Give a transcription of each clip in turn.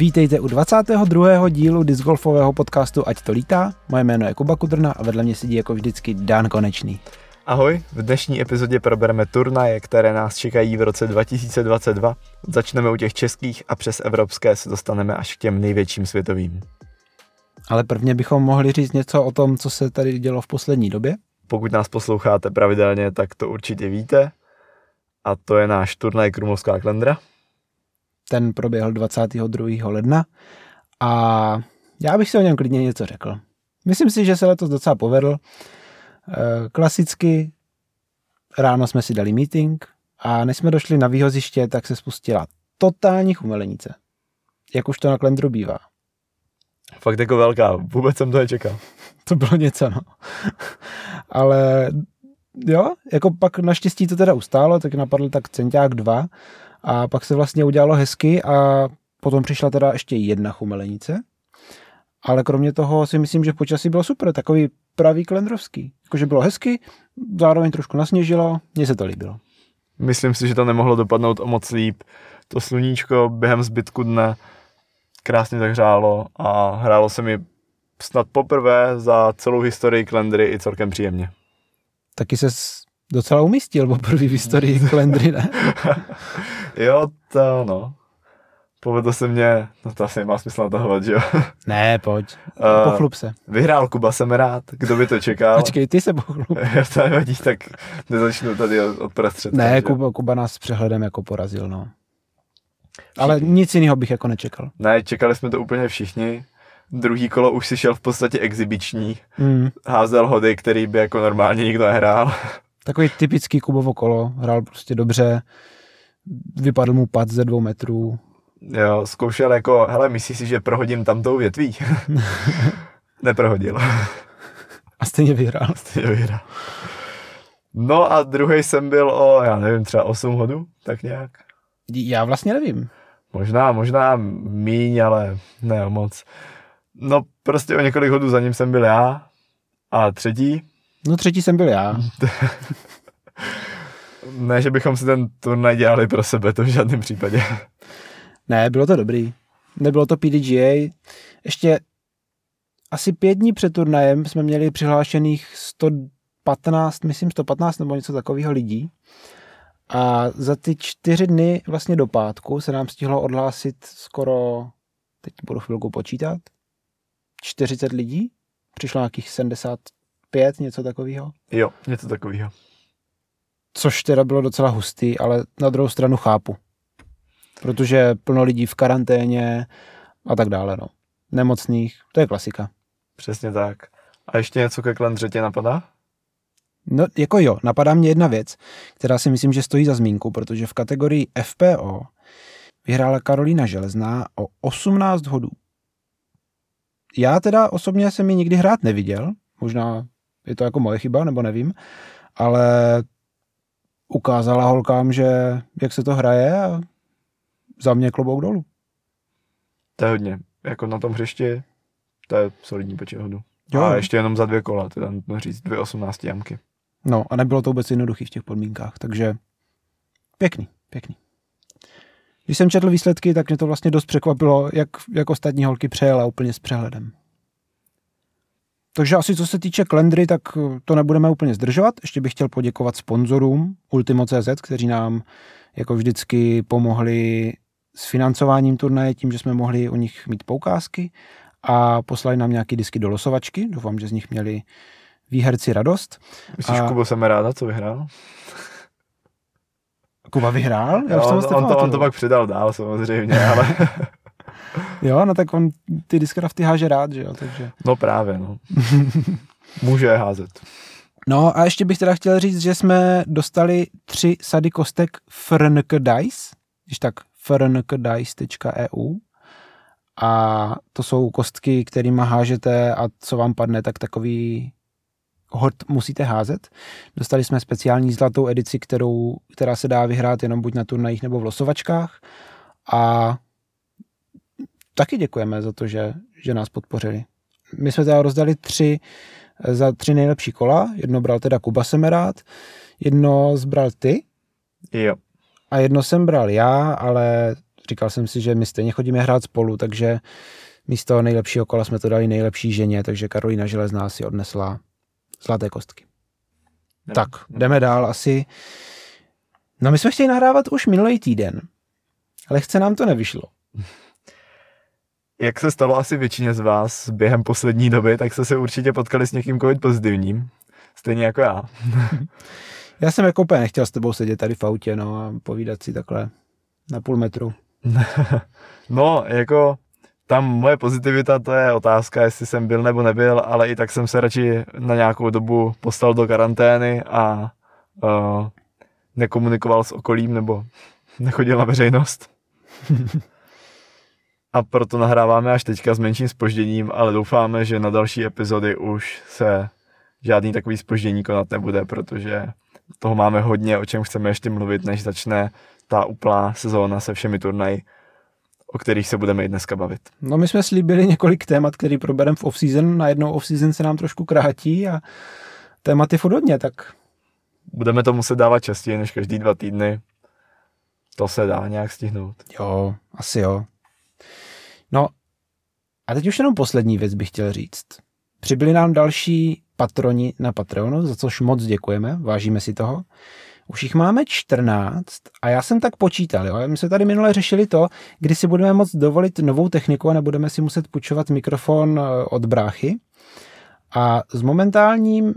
Vítejte u 22. dílu discgolfového podcastu Ať to lítá. Moje jméno je Kuba Kudrna a vedle mě sedí jako vždycky Dan Konečný. Ahoj, v dnešní epizodě probereme turnaje, které nás čekají v roce 2022. Začneme u těch českých a přes evropské se dostaneme až k těm největším světovým. Ale prvně bychom mohli říct něco o tom, co se tady dělo v poslední době. Pokud nás posloucháte pravidelně, tak to určitě víte. A to je náš turnaj Krumlovská Klendra. Ten proběhl 22. ledna a já bych si o něm klidně něco řekl. Myslím si, že se letos docela povedl. Klasicky ráno jsme si dali meeting a než jsme došli na výhoziště, tak se spustila totální chumelenice. Jak už to na Klendru bývá. Fakt jako velká, vůbec jsem to nečekal. To bylo něco, no. Ale jo, jako pak naštěstí to teda ustálo, tak napadl tak centák 2 a pak se vlastně udělalo hezky a potom přišla teda ještě jedna chumelenice. Ale kromě toho si myslím, že počasí bylo super, takový pravý klendrovský. Jakože bylo hezky, zároveň trošku nasněžilo, mně se to líbilo. Myslím si, že to nemohlo dopadnout o moc líp. To sluníčko během zbytku dne krásně zahřálo a hrálo se mi snad poprvé za celou historii Klendry i celkem příjemně. Taky ses docela umístil poprvé v historii Klendry, ne? Jo, to no. Povedlo se mě, no to asi nemá smysl natahovat, že jo? Ne, pojď, pochlup se. Vyhrál Kuba Semerát, kdo by to čekal? Počkej, ty se pochlup. To nevadí, tak nezačnu tady od prostředka. Ne, Kuba nás s přehledem jako porazil, no. Ale nic jiného bych jako nečekal. Ne, čekali jsme to úplně všichni. Druhý kolo už si šel v podstatě exibiční. Házel hody, který by jako normálně nikdo nehrál. Takový typický Kubovo kolo, hrál prostě dobře, vypadl mu pad ze 2 metrů. Jo, zkoušel jako, hele, myslíš si, že prohodím tamtou větví? Neprohodil. A stejně vyhrál. No a druhý jsem byl o, já nevím, třeba 8 hodů, tak nějak. Já vlastně nevím. Možná míň, ale ne moc. No prostě o několik hodů za ním jsem byl já. A třetí? No třetí jsem byl já. Ne, že bychom si ten turnaj dělali pro sebe, to v žádném případě. Ne, bylo to dobrý. Nebylo to PDGA. Ještě asi 5 dní před turnajem jsme měli přihlášených 115 nebo něco takového lidí. A za ty 4 dny vlastně do pátku se nám stihlo odhlásit skoro, teď budu chvilku počítat, 40 lidí. Přišlo nějakých 75, něco takového. Jo, něco takového. Což teda bylo docela hustý, ale na druhou stranu chápu. Protože plno lidí v karanténě a tak dále, no. Nemocných, to je klasika. Přesně tak. A ještě něco ke Klendře tě napadá? No, jako jo, napadá mě jedna věc, která si myslím, že stojí za zmínku, protože v kategorii FPO vyhrála Karolína Železná o 18 hodů. Já teda osobně jsem ji nikdy hrát neviděl, možná je to jako moje chyba, nebo nevím, ale ukázala holkám, že jak se to hraje a za mě klobouk dolů. To je hodně. Jako na tom hřišti, to je solidní počet hodů. Jo. A ještě jenom za 2 kola, teda nutno říct 2 18 jamky. No a nebylo to vůbec jednoduchý v těch podmínkách, takže pěkný. Když jsem četl výsledky, tak mě to vlastně dost překvapilo, jak ostatní holky přejela úplně s přehledem. Takže asi co se týče Klendry, tak to nebudeme úplně zdržovat. Ještě bych chtěl poděkovat sponzorům Ultimo.cz, kteří nám jako vždycky pomohli s financováním turnaje tím, že jsme mohli u nich mít poukázky a poslali nám nějaký disky do losovačky. Doufám, že z nich měli výherci radost. Myslíš, Kubo Semeráda, co vyhrál? Kuba vyhrál? On to pak předal dál samozřejmě, ale... Jo, no tak on ty diskrafty háže rád, že jo, takže... No právě, no. Může házet. No a ještě bych teda chtěl říct, že jsme dostali 3 sady kostek Frnk Dice, když tak frnkdice.eu a to jsou kostky, kterýma hážete a co vám padne, tak takový hod musíte házet. Dostali jsme speciální zlatou edici, která se dá vyhrát jenom buď na turnajích nebo v losovačkách a taky děkujeme za to, že nás podpořili. My jsme teda rozdali 3 za 3 nejlepší kola. Jedno bral teda Kuba Semerát, jedno zbral ty. Jo. A jedno jsem bral já, ale říkal jsem si, že my stejně chodíme hrát spolu, takže místo nejlepšího kola jsme to dali nejlepší ženě, takže Karolína Železná si odnesla zlaté kostky. Tak, jdeme dál asi. No my jsme chtěli nahrávat už minulý týden, ale chce nám to nevyšlo. Jak se stalo asi většině z vás během poslední doby, tak jste se určitě potkali s někým covid pozitivním. Stejně jako já. Já jsem jako úplně nechtěl s tebou sedět tady v autě, no, a povídat si takhle na půl metru. No, jako tam moje pozitivita, to je otázka, jestli jsem byl nebo nebyl, ale i tak jsem se radši na nějakou dobu poslal do karantény a nekomunikoval s okolím nebo nechodil na veřejnost. A proto nahráváme až teďka s menším zpožděním, ale doufáme, že na další epizody už se žádný takový zpoždění konat nebude, protože toho máme hodně, o čem chceme ještě mluvit, než začne ta úplná sezóna se všemi turnaji, o kterých se budeme i dneska bavit. No my jsme slíbili několik témat, který probereme v off-season, najednou off-season se nám trošku krátí a tématy furt hodně, tak... Budeme to muset dávat častěji než každý 2 týdny. To se dá nějak stihnout. Jo, asi jo. No a teď už jenom poslední věc bych chtěl říct. Přibyli nám další patroni na Patreonu, za což moc děkujeme, vážíme si toho. Už jich máme 14 a já jsem tak počítal, jo. My jsme tady minule řešili to, kdy si budeme moct dovolit novou techniku a nebudeme si muset půjčovat mikrofon od bráchy. A s momentální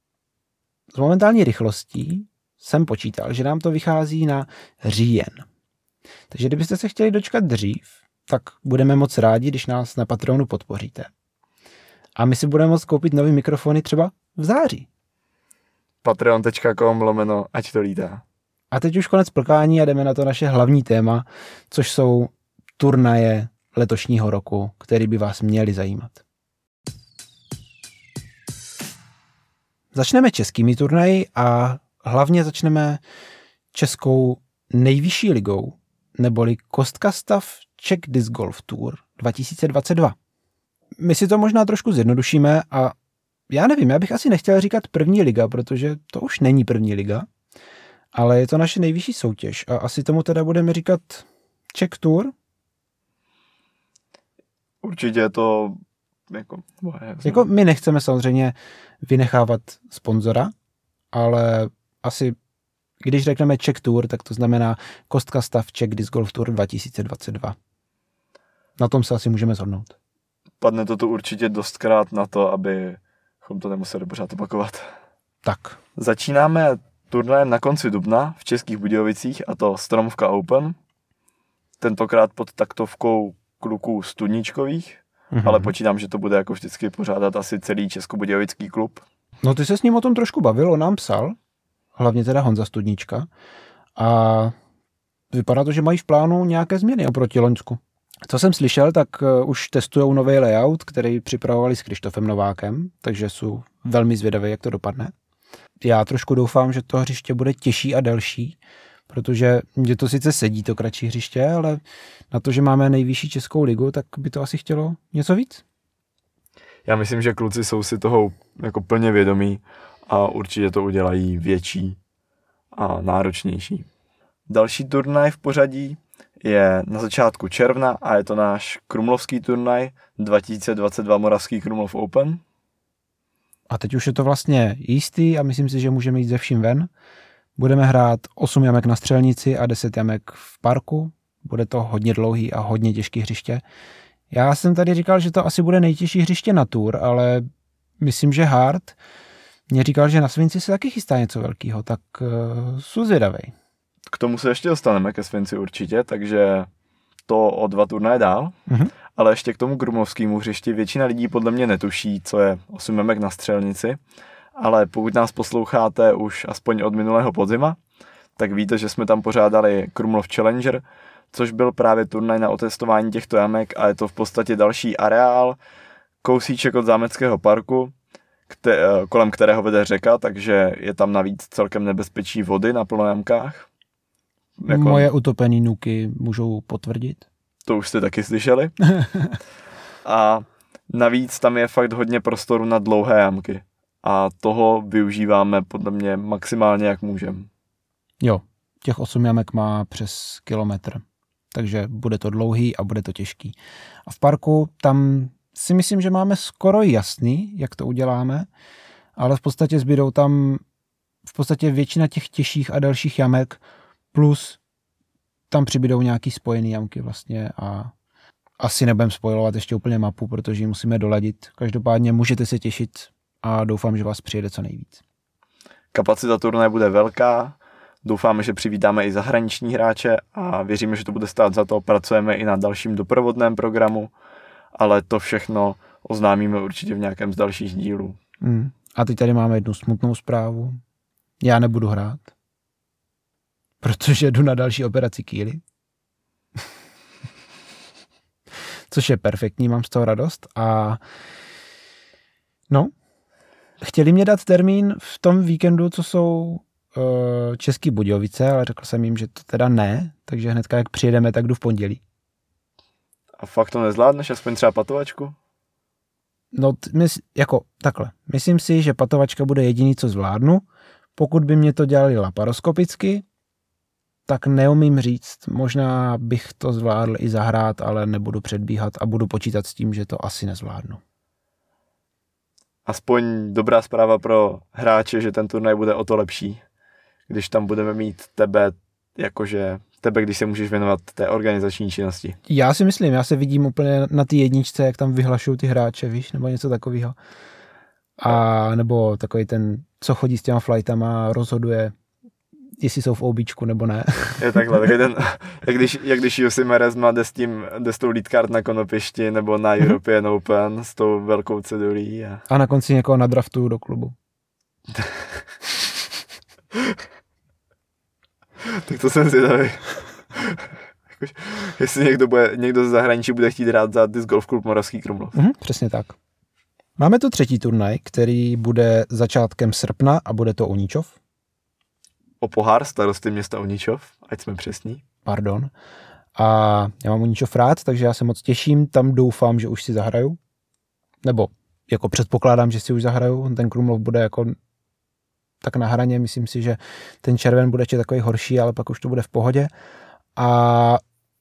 rychlostí jsem počítal, že nám to vychází na říjen. Takže kdybyste se chtěli dočkat dřív, tak budeme moc rádi, když nás na Patreonu podpoříte. A my si budeme moct koupit nový mikrofony třeba v září. Patreon.com/, ať to lítá. A teď už konec plkání a jdeme na to naše hlavní téma, což jsou turnaje letošního roku, které by vás měly zajímat. Začneme českými turnaji a hlavně začneme českou nejvyšší ligou, neboli Kostkastav Czech Disc Golf Tour 2022. My si to možná trošku zjednodušíme a já nevím, já bych asi nechtěl říkat první liga, protože to už není první liga, ale je to naše nejvyšší soutěž a asi tomu teda budeme říkat Czech Tour. Určitě to jako my nechceme samozřejmě vynechávat sponzora, ale asi když řekneme Czech Tour, tak to znamená Kostkastav Czech Disc Golf Tour 2022. Na tom se asi můžeme shodnout. Padne to tu určitě dostkrát na to, abychom to nemuseli pořád opakovat. Tak. Začínáme turnajem na konci dubna v Českých Budějovicích, a to Stromovka Open. Tentokrát pod taktovkou kluků Studničkových, ale počítám, že to bude jako vždycky pořádat asi celý Českobudějovický klub. No ty se s ním o tom trošku bavil, on nám psal, hlavně teda Honza Studnička, a vypadá to, že mají v plánu nějaké změny oproti loňsku. Co jsem slyšel, tak už testujou nový layout, který připravovali s Krištofem Novákem, takže jsou velmi zvědaví, jak to dopadne. Já trošku doufám, že to hřiště bude těžší a delší, protože mě to sice sedí, to kratší hřiště, ale na to, že máme nejvyšší českou ligu, tak by to asi chtělo něco víc. Já myslím, že kluci jsou si toho jako plně vědomí a určitě to udělají větší a náročnější. Další turnaj v pořadí je na začátku června a je to náš krumlovský turnaj 2022 Moravský Krumlov Open. A teď už je to vlastně jistý a myslím si, že můžeme jít ze vším ven. Budeme hrát 8 jamek na střelnici a 10 jamek v parku. Bude to hodně dlouhý a hodně těžký hřiště. Já jsem tady říkal, že to asi bude nejtěžší hřiště na tour, ale myslím, že Hard mě říkal, že na Svinci se taky chystá něco velkého, tak jsou zvědavej. K tomu se ještě dostaneme, ke Svinci určitě, takže to o 2 turnaje dál. Ale ještě k tomu krumlovskému hřišti většina lidí podle mě netuší, co je 8 jamek na střelnici, ale pokud nás posloucháte už aspoň od minulého podzima, tak víte, že jsme tam pořádali Krumlov Challenger, což byl právě turnaj na otestování těchto jamek a je to v podstatě další areál, kousíček od zámeckého parku, kolem kterého vede řeka, takže je tam navíc celkem nebezpečí vody na plnojamkách. Moje utopený nuky můžou potvrdit. To už jste taky slyšeli. A navíc tam je fakt hodně prostoru na dlouhé jamky. A toho využíváme podle mě maximálně, jak můžeme. Jo, těch 8 jamek má přes kilometr. takže bude to dlouhý a bude to těžký. A v parku tam si myslím, že máme skoro jasný, jak to uděláme, ale v podstatě zbydou tam v podstatě většina těch těžších a dalších jamek, plus tam přibydou nějaký spojený jamky vlastně a asi nebudem spoilovat ještě úplně mapu, protože ji musíme doladit. Každopádně můžete se těšit a doufám, že vás přijede co nejvíc. Kapacita turnaje bude velká, doufáme, že přivítáme i zahraniční hráče a věříme, že to bude stát za to. Pracujeme i na dalším doprovodném programu, ale to všechno oznámíme určitě v nějakém z dalších dílů. A teď tady máme jednu smutnou zprávu. Já nebudu hrát, protože jdu na další operaci kýly. Což je perfektní, mám z toho radost. A no, chtěli mě dát termín v tom víkendu, co jsou Český Budějovice, ale řekl jsem jim, že to teda ne, takže hnedka jak přijedeme, tak jdu v pondělí. A fakt to nezvládneš, aspoň třeba patovačku? No, jako takhle. Myslím si, že patovačka bude jediný, co zvládnu. Pokud by mě to dělali laparoskopicky, tak neumím říct. Možná bych to zvládl i zahrát, ale nebudu předbíhat a budu počítat s tím, že to asi nezvládnu. Aspoň dobrá zpráva pro hráče, že ten turnaj bude o to lepší, když tam budeme mít tebe, když se můžeš věnovat té organizační činnosti. Já si myslím, já se vidím úplně na ty jedničce, jak tam vyhlašují ty hráče, víš, nebo něco takového. A nebo takový ten, co chodí s těma flightama a rozhoduje, jestli jsou v OBčku nebo ne. Je takhle, takový ten, jak když Jussi Merezma jde s tou lead card na konopišti nebo na European Open s tou velkou cedulí. A na konci někoho nadraftuju do klubu. Tak to jsem zvědavý. Jestli někdo z zahraničí bude chtít hrát za Disc Golf Klub Moravský Krumlov. Přesně tak. Máme tu třetí turnaj, který bude začátkem srpna a bude to Uničov. O pohár starosty města Uničov, ať jsme přesní. Pardon. A já mám Uničov rád, takže já se moc těším. Tam doufám, že už si zahraju. Nebo jako předpokládám, že si už zahraju. Ten Krumlov bude jako tak na hraně. Myslím si, že ten červen bude ještě takový horší, ale pak už to bude v pohodě. A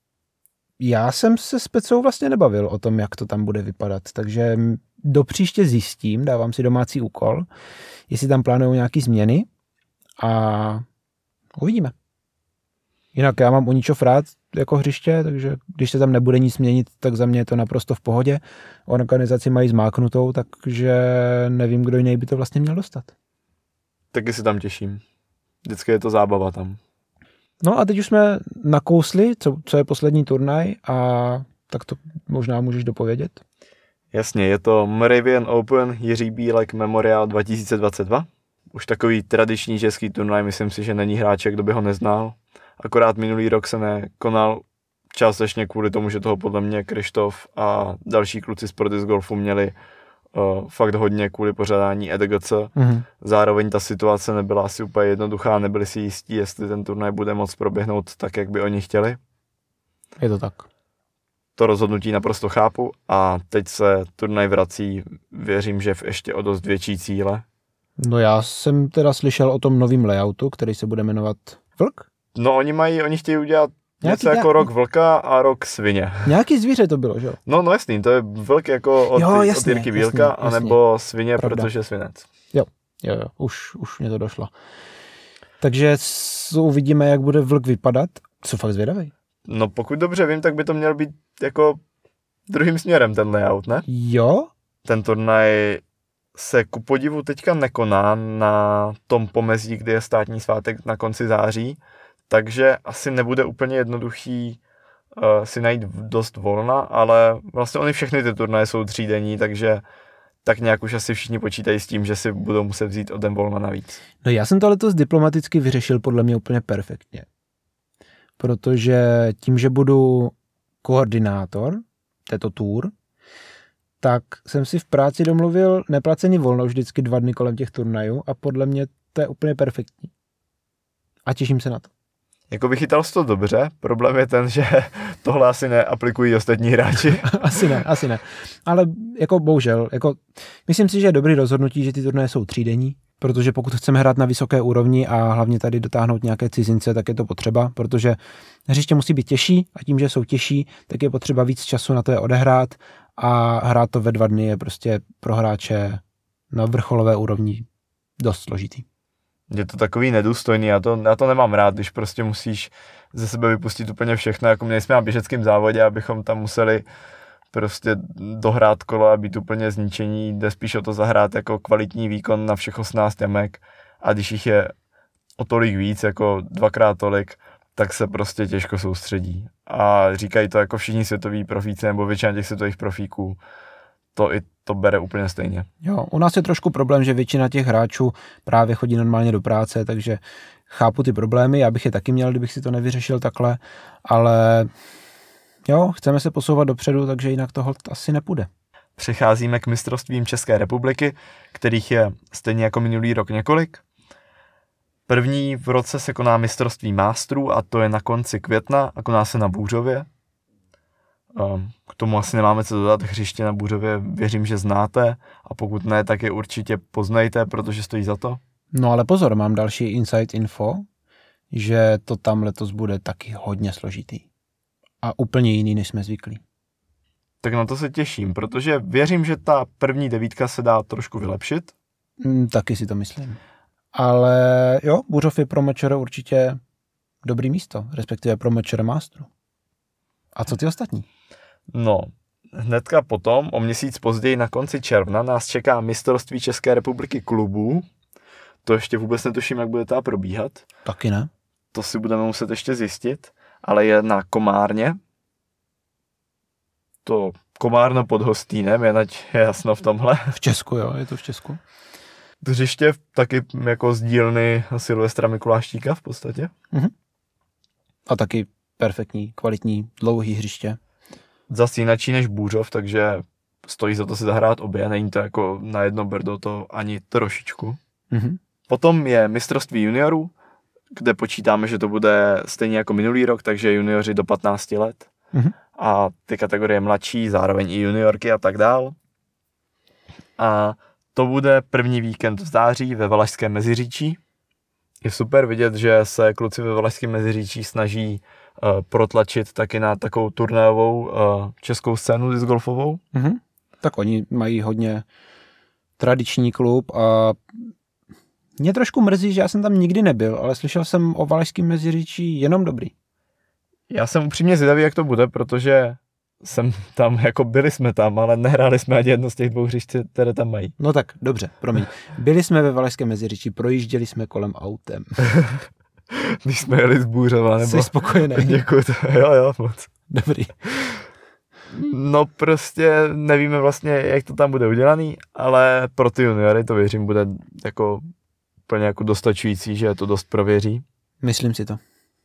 já jsem se s Pecou vlastně nebavil o tom, jak to tam bude vypadat. Takže do příště zjistím, dávám si domácí úkol, jestli tam plánují nějaký změny a uvidíme. Jinak já mám Uničov rád jako hřiště, takže když se tam nebude nic měnit, tak za mě je to naprosto v pohodě. Organizaci mají zmáknutou, takže nevím, kdo jiný by to vlastně měl dostat. Taky se tam těším. Vždycky je to zábava tam. No a teď už jsme nakousli, co je poslední turnaj a tak to možná můžeš dopovědět. Jasně, je to Moravian Open Jiří Bílek Memorial 2022. Už takový tradiční český turnaj, myslím si, že není hráče, kdo by ho neznal. Akorát minulý rok se nekonal částečně kvůli tomu, že toho podle mě Krištof a další kluci z Pro Disc Golfu měli fakt hodně kvůli pořádání EDGC. Zároveň ta situace nebyla asi úplně jednoduchá, nebyli si jistí, jestli ten turnaj bude moct proběhnout tak, jak by oni chtěli. Je to tak. To rozhodnutí naprosto chápu a teď se turnaj vrací, věřím, že v ještě o dost větší cíle. No já jsem teda slyšel o tom novým layoutu, který se bude jmenovat Vlk? No oni chtějí udělat něco jako rok vlka a rok svině. Nějaký zvíře to bylo, že jo? No jasný, to je vlk jako od Jirky Bílka, anebo svině, pravda. Protože svinec. Jo, už mě to došlo. Takže uvidíme, jak bude vlk vypadat. Jsou fakt zvědavý. No pokud dobře vím, tak by to měl být jako druhým směrem ten layout, ne? Jo. Ten turnaj se ku podivu teďka nekoná na tom pomezí, kdy je státní svátek na konci září, takže asi nebude úplně jednoduchý si najít dost volna, ale vlastně oni všechny ty turnaje jsou třídenní, takže tak nějak už asi všichni počítají s tím, že si budou muset vzít o den volna navíc. No já jsem to letos diplomaticky vyřešil podle mě úplně perfektně. Protože tím, že budu koordinátor této tour, tak jsem si v práci domluvil neplacený volno už vždycky 2 dny kolem těch turnajů a podle mě to je úplně perfektní. A těším se na to. Jako vychytal jsi to dobře, problém je ten, že tohle asi neaplikují ostatní hráči. Asi ne. Ale jako bohužel, jako myslím si, že je dobrý rozhodnutí, že ty turnaje jsou třídenní, protože pokud chceme hrát na vysoké úrovni a hlavně tady dotáhnout nějaké cizince, tak je to potřeba, protože hřiště musí být těžší a tím, že jsou těžší, tak je potřeba víc času na to je odehrát a hrát to ve 2 dny je prostě pro hráče na vrcholové úrovni dost složitý. Je to takový nedůstojný, já to nemám rád, když prostě musíš ze sebe vypustit úplně všechno, jako my nejsme na běžeckém závodě, abychom tam museli prostě dohrát kolo a být úplně zničení, jde spíš o to zahrát jako kvalitní výkon na všech 18 jamek a když jich je o tolik víc, jako 2x tolik, tak se prostě těžko soustředí. A říkají to jako všichni světoví profíci nebo většina těch světových profíků, to bere úplně stejně. Jo, u nás je trošku problém, že většina těch hráčů právě chodí normálně do práce, takže chápu ty problémy, já bych je taky měl, kdybych si to nevyřešil takhle, ale jo, chceme se posouvat dopředu, takže jinak toho asi nepůjde. Přecházíme k mistrovstvím České republiky, kterých je stejně jako minulý rok několik. První v roce se koná mistrovství mástrů a to je na konci května a koná se na Bůřově. K tomu asi nemáme co dodat, hřiště na Bůřově věřím, že znáte a pokud ne, tak je určitě poznejte, protože stojí za to. No ale pozor, mám další inside info, že to tam letos bude taky hodně složitý a úplně jiný, než jsme zvyklí. Tak na to se těším, protože věřím, že ta první 9 se dá trošku vylepšit. Taky si to myslím. Ale jo, Bůřov je pro mečere určitě dobrý místo, respektive pro mečere mástru. A co ty ostatní? No, hnedka potom, o měsíc později na konci června, nás čeká mistrovství České republiky klubů. To ještě vůbec netuším, jak bude to probíhat. Taky ne. To si budeme muset ještě zjistit, ale je na Komárně. To Komárno pod Hostýnem, ať je jasno v tomhle. V Česku, jo, je to v Česku. Hřiště taky jako z dílny Silvestra Mikuláštíka v podstatě. Mhm. A taky perfektní, kvalitní, dlouhý hřiště. Zas jinačí než Bůřov, takže stojí za to si zahrát obě, není to jako na jedno brdo to ani trošičku. Mhm. Potom je mistrovství juniorů, kde počítáme, že to bude stejně jako minulý rok, takže junioři do 15 let. Mhm. A ty kategorie mladší, zároveň i juniorky a tak dál. A to bude první víkend v září ve Valašském Meziříčí. Je super vidět, že se kluci ve Valašském Meziříčí snaží protlačit taky na takovou turnajovou českou scénu discgolfovou. Mhm. Tak oni mají hodně tradiční klub a mě trošku mrzí, že já jsem tam nikdy nebyl, ale slyšel jsem o Valašském Meziříčí jenom dobrý. Já jsem upřímně zvědavý, jak to bude, protože jsem tam, jako byli jsme tam, ale nehráli jsme ani jedno z těch 2 hřišť, které tam mají. No tak, dobře, promiň. Byli jsme ve Valašském Meziříčí, projížděli jsme kolem autem. Když jsme jeli z Bůřova, nebo... Jsi spokojený? Děkuji, jo, moc. Dobrý. No prostě nevíme vlastně, jak to tam bude udělaný, ale pro ty juniory to věřím bude jako úplně jako dostačující, že to dost prověří. Myslím si to.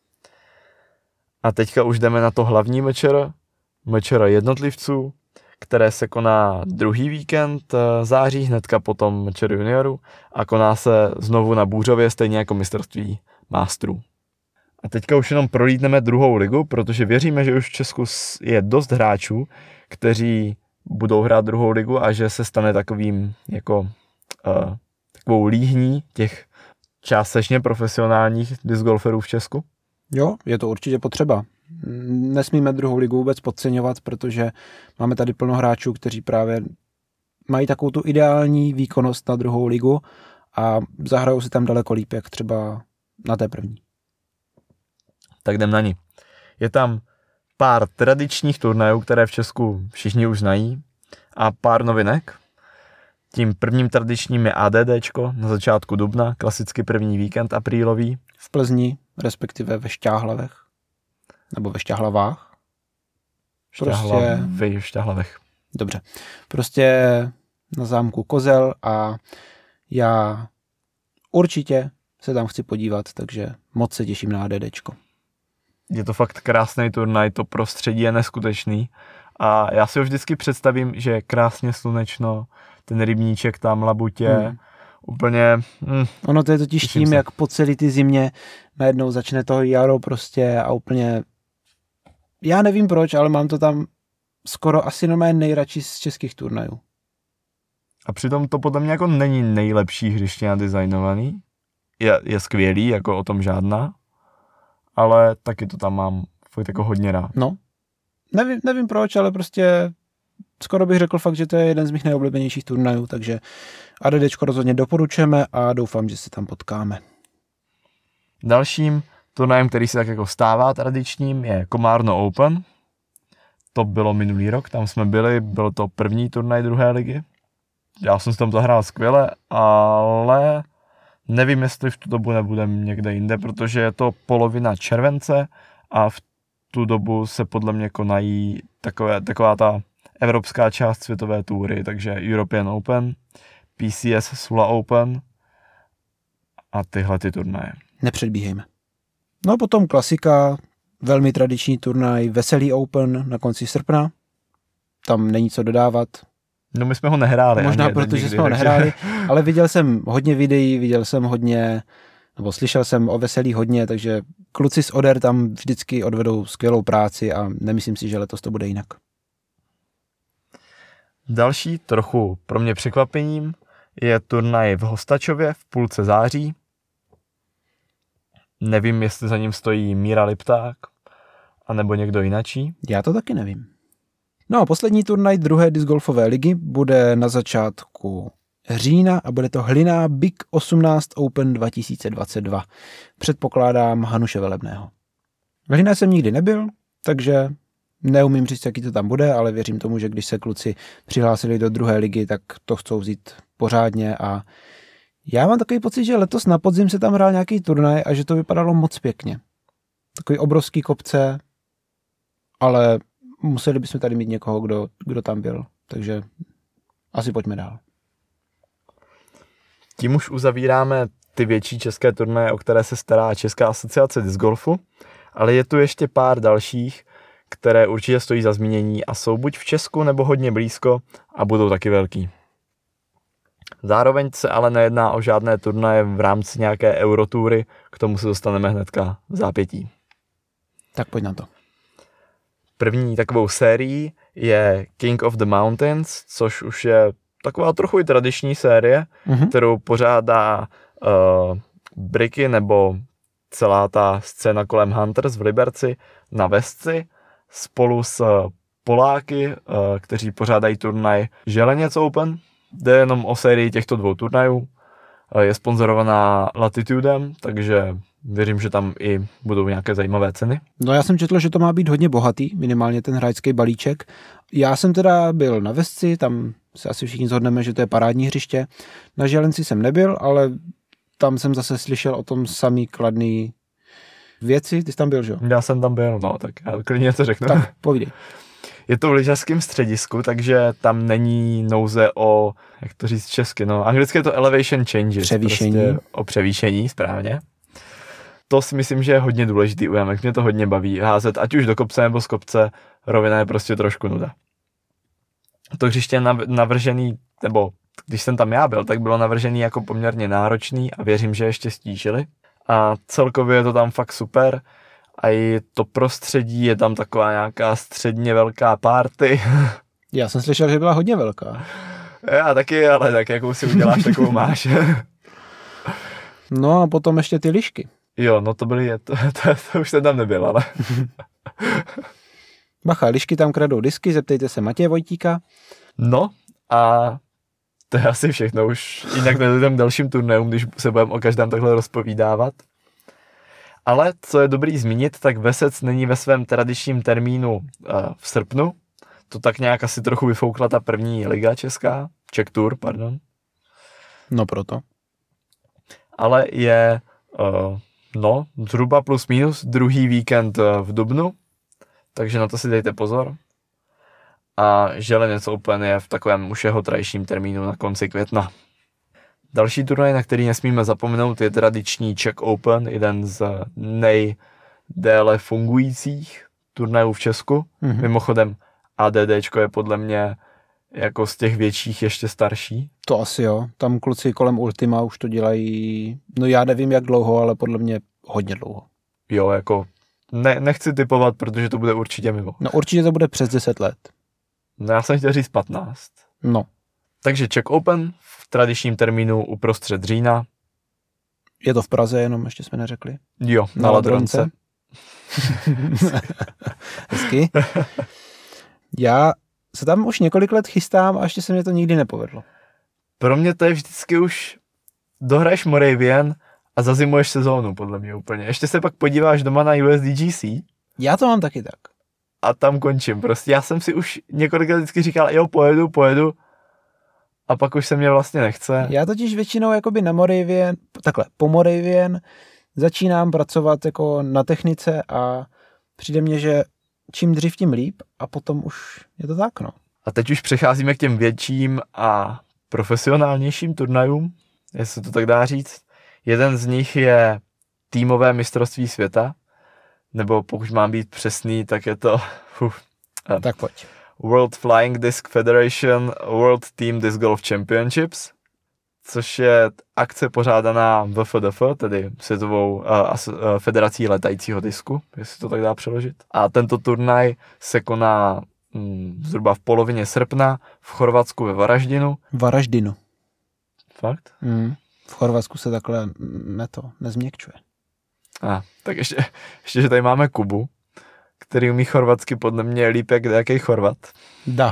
A teďka už jdeme na to hlavní mečer jednotlivců, které se koná druhý víkend září, hnedka potom mečer juniorů a koná se znovu na Bůřově, stejně jako mistrovství mástrů. A teďka už jenom prolítneme druhou ligu, protože věříme, že už v Česku je dost hráčů, kteří budou hrát druhou ligu a že se stane takovým jako takovou líhní těch částečně profesionálních discgolferů v Česku. Jo, je to určitě potřeba. Nesmíme druhou ligu vůbec podceňovat, protože máme tady plno hráčů, kteří právě mají takovou tu ideální výkonnost na druhou ligu a zahrajou si tam daleko líp, jak třeba na té první. Tak jdem na ní. Je tam pár tradičních turnajů, které v Česku všichni už znají a pár novinek. Tím prvním tradičním je ADDčko na začátku dubna, klasicky první víkend aprílový. V Plzni, respektive ve Šťáhlavech. Nebo ve Šťáhlavách. Šťáhlavech. Dobře. Prostě na zámku Kozel a já určitě se tam chci podívat, takže moc se těším na ADDčko. Je to fakt krásný turnaj, to prostředí je neskutečný a já si ho vždycky představím, že je krásně slunečno, ten rybníček tam labutě, úplně... Ono to je totiž tím, jak po celý ty zimě najednou začne toho jaro prostě a úplně... Já nevím proč, ale mám to tam skoro asi normálně nejradši z českých turnajů. A přitom to podle mě jako není nejlepší hřiště nadizajnovaný. Je skvělý, jako o tom žádná, ale taky to tam mám fakt jako hodně rád. No, nevím proč, ale prostě skoro bych řekl fakt, že to je jeden z mých nejoblíbenějších turnajů, takže ADDčko rozhodně doporučujeme a doufám, že se tam potkáme. Dalším turnajem, který se tak jako stává tradičním, je Komárno Open. To bylo minulý rok, tam jsme byli, byl to první turnaj druhé ligy. Já jsem si tam zahrál skvěle, ale nevím, jestli v tu dobu nebudem někde jinde, protože je to polovina července a v tu dobu se podle mě konají taková ta evropská část světové túry, takže European Open, PCS Sula Open a tyhle ty turnaje. Nepředbíhejme. No potom klasika, velmi tradiční turnaj Veselý Open na konci srpna. Tam není co dodávat. No my jsme ho nehráli. Možná protože jsme ho nehráli, ale viděl jsem hodně videí, slyšel jsem o Veselý hodně, takže kluci z Oder tam vždycky odvedou skvělou práci a nemyslím si, že letos to bude jinak. Další, trochu pro mě překvapením, je turnaj v Hostačově v půlce září. Nevím, jestli za ním stojí Míra Lipták, anebo někdo jinačí. Já to taky nevím. No a poslední turnaj druhé discgolfové ligy bude na začátku října a bude to Hlina Big 18 Open 2022. Předpokládám Hanuše Velebného. V Hlina jsem nikdy nebyl, takže neumím říct, jaký to tam bude, ale věřím tomu, že když se kluci přihlásili do druhé ligy, tak to chcou vzít pořádně a já mám takový pocit, že letos na podzim se tam hrál nějaký turnaj a že to vypadalo moc pěkně. Takový obrovský kopce, ale museli bychom tady mít někoho, kdo tam byl. Takže asi pojďme dál. Tím už uzavíráme ty větší české turnaje, o které se stará Česká asociace discgolfu, ale je tu ještě pár dalších, které určitě stojí za zmínění a jsou buď v Česku nebo hodně blízko a budou taky velký. Zároveň se ale nejedná o žádné turnaje v rámci nějaké eurotúry, k tomu se dostaneme hnedka v zápětí. Tak pojď na to. První takovou sérií je King of the Mountains, což už je taková trochu i tradiční série, kterou pořádá Briky nebo celá ta scéna kolem Hunters v Liberci na Vesci spolu s Poláky, kteří pořádají turnaj Želeněc Open. Jde jenom o sérii těchto dvou turnajů. Je sponzorovaná Latitudem, takže věřím, že tam i budou nějaké zajímavé ceny. No já jsem četl, že to má být hodně bohatý, minimálně ten hráčský balíček. Já jsem teda byl na Vesci, tam se asi všichni shodneme, že to je parádní hřiště. Na Želenci jsem nebyl, ale tam jsem zase slyšel o tom samý kladný věci. Ty jsi tam byl, že jo? Já jsem tam byl, no, tak já klidně to řeknu. Tak, povídej. Je to v lyžařském středisku, takže tam není nouze o, jak to říct česky, no, anglicky je to elevation changes. Převýšení. Prostě o převýšení, správně. To si myslím, že je hodně důležitý újemek, mě to hodně baví házet, ať už do kopce nebo z kopce, rovina je prostě trošku nuda. To hřiště je navržený, nebo když jsem tam já byl, tak bylo navržený jako poměrně náročný a věřím, že ještě stížili. A celkově je to tam fakt super. A i to prostředí, je tam taková nějaká středně velká party. Já jsem slyšel, že byla hodně velká. Já taky, ale tak jakou si uděláš, takovou máš. No a potom ještě ty lišky. Jo, no to byly, to už jsem tam nebyl, ale... Bacha, lišky tam kradou disky, zeptejte se Matěje Vojtíka. No a to je asi všechno, už jinak nedojdem k dalším turnajům, když se budeme o každém takhle rozpovídávat. Ale co je dobrý zmínit, tak Vesec není ve svém tradičním termínu v srpnu. To tak nějak asi trochu vyfoukla ta první liga česká, Czech Tour, pardon. No proto. Ale je, zhruba plus minus druhý víkend v dubnu, takže na to si dejte pozor. A Želenec Open je v takovém už jeho tradičním termínu na konci května. Další turnaj, na který nesmíme zapomenout, je tradiční Czech Open, jeden z nejdéle fungujících turnajů v Česku. Mimochodem ADDčko je podle mě jako z těch větších ještě starší? To asi jo. Tam kluci kolem Ultima už to dělají, no já nevím jak dlouho, ale podle mě hodně dlouho. Jo, jako nechci typovat, protože to bude určitě mimo. No určitě to bude přes 10 let. No já jsem chtěl říct 15. No. Takže Czech Open v tradičním termínu uprostřed října. Je to v Praze, jenom ještě jsme neřekli. Jo, na Ladronce. Hezky. Já se tam už několik let chystám a ještě se mě to nikdy nepovedlo. Pro mě to je vždycky už dohraješ Moravian a zazimuješ sezónu, podle mě úplně. Ještě se pak podíváš doma na USDGC. Já to mám taky tak. A tam končím. Prostě já jsem si už několikrát vždycky říkal, jo, pojedu. A pak už se mě vlastně nechce. Já totiž většinou jakoby na Moravian, takhle, po Moravian začínám pracovat jako na technice a přijde mně, že čím dřív, tím líp a potom už je to tak, no. A teď už přecházíme k těm větším a profesionálnějším turnajům, jestli to tak dá říct. Jeden z nich je týmové mistrovství světa, nebo pokud mám být přesný, tak je to tak pojď. World Flying Disc Federation World Team Disc Golf Championships, což je akce pořádaná WFDF, tedy Světovou federací letajícího disku, jestli to tak dá přeložit. A tento turnaj se koná zhruba v polovině srpna v Chorvatsku ve Varaždinu. Varaždinu. Fakt? V Chorvatsku se takhle nezměkčuje. Tak ještě, že tady máme Kubu, který umí chorvatsky podle mě líp jak jaký Chorvat. Da.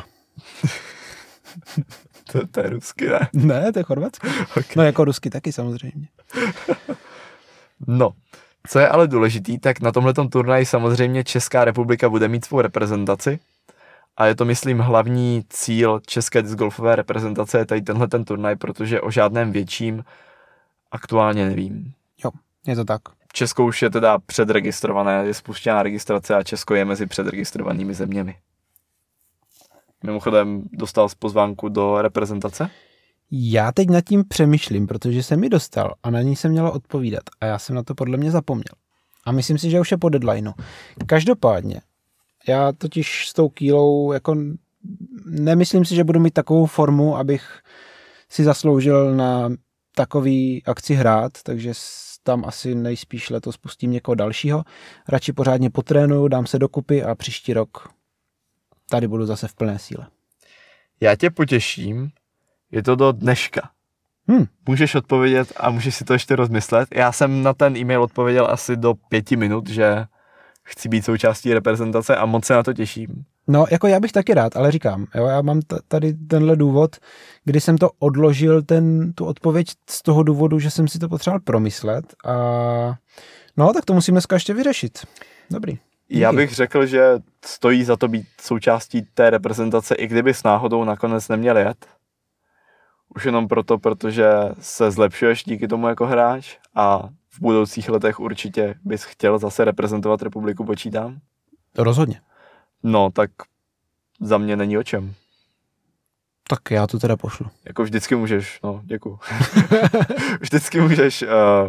To je rusky, ne? Ne, to je chorvatsky. Okay. No jako rusky taky samozřejmě. No, co je ale důležitý, tak na tomhletom turnaji samozřejmě Česká republika bude mít svou reprezentaci a je to, myslím, hlavní cíl české discgolfové reprezentace je tady tenhle ten turnaj, protože o žádném větším aktuálně nevím. Jo, je to tak. Česko už je teda předregistrované, je spuštěná registrace a Česko je mezi předregistrovanými zeměmi. Mimochodem, dostal jsi pozvánku do reprezentace? Já teď nad tím přemýšlím, protože jsem mi dostal a na ní jsem měla odpovídat a já jsem na to podle mě zapomněl. A myslím si, že už je po deadlineu. Každopádně, já totiž s tou kýlou jako nemyslím si, že budu mít takovou formu, abych si zasloužil na takový akci hrát, takže tam asi nejspíš letos pustím někoho dalšího. Radši pořádně potrénuju, dám se dokupy a příští rok tady budu zase v plné síle. Já tě potěším, je to do dneška. Můžeš odpovědět a můžeš si to ještě rozmyslet. Já jsem na ten e-mail odpověděl asi do 5 minut, že chci být součástí reprezentace a moc se na to těším. No, jako já bych taky rád, ale říkám, jo, já mám tady tenhle důvod, kdy jsem to odložil, tu odpověď z toho důvodu, že jsem si to potřeboval promyslet a no, tak to musím dneska ještě vyřešit. Dobrý. Díky. Já bych řekl, že stojí za to být součástí té reprezentace, i kdyby s náhodou nakonec neměl jet. Už jenom proto, protože se zlepšuješ díky tomu jako hráč a v budoucích letech určitě bys chtěl zase reprezentovat republiku, počítám? Rozhodně. No, tak za mě není o čem. Tak já to teda pošlu. Jako vždycky můžeš, no, děkuju. Vždycky můžeš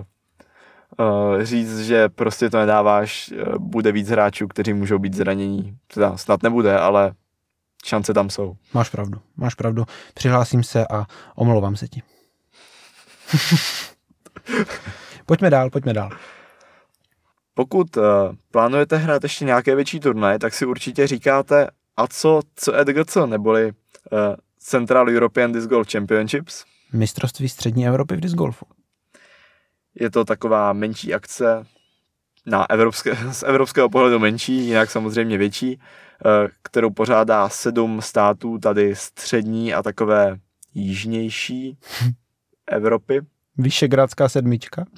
říct, že prostě to nedáváš, bude víc hráčů, kteří můžou být zranění. Teda snad nebude, ale šance tam jsou. Máš pravdu. Přihlásím se a omlouvám se ti. Pojďme dál. Pokud plánujete hrát ještě nějaké větší turnaje, tak si určitě říkáte, a co EDGC, neboli Central European Disc Golf Championships. Mistrovství střední Evropy v disc golfu. Je to taková menší akce, z evropského pohledu menší, jinak samozřejmě větší, kterou pořádá 7 států tady střední a takové jižnější Evropy. Vyšegrádská 7.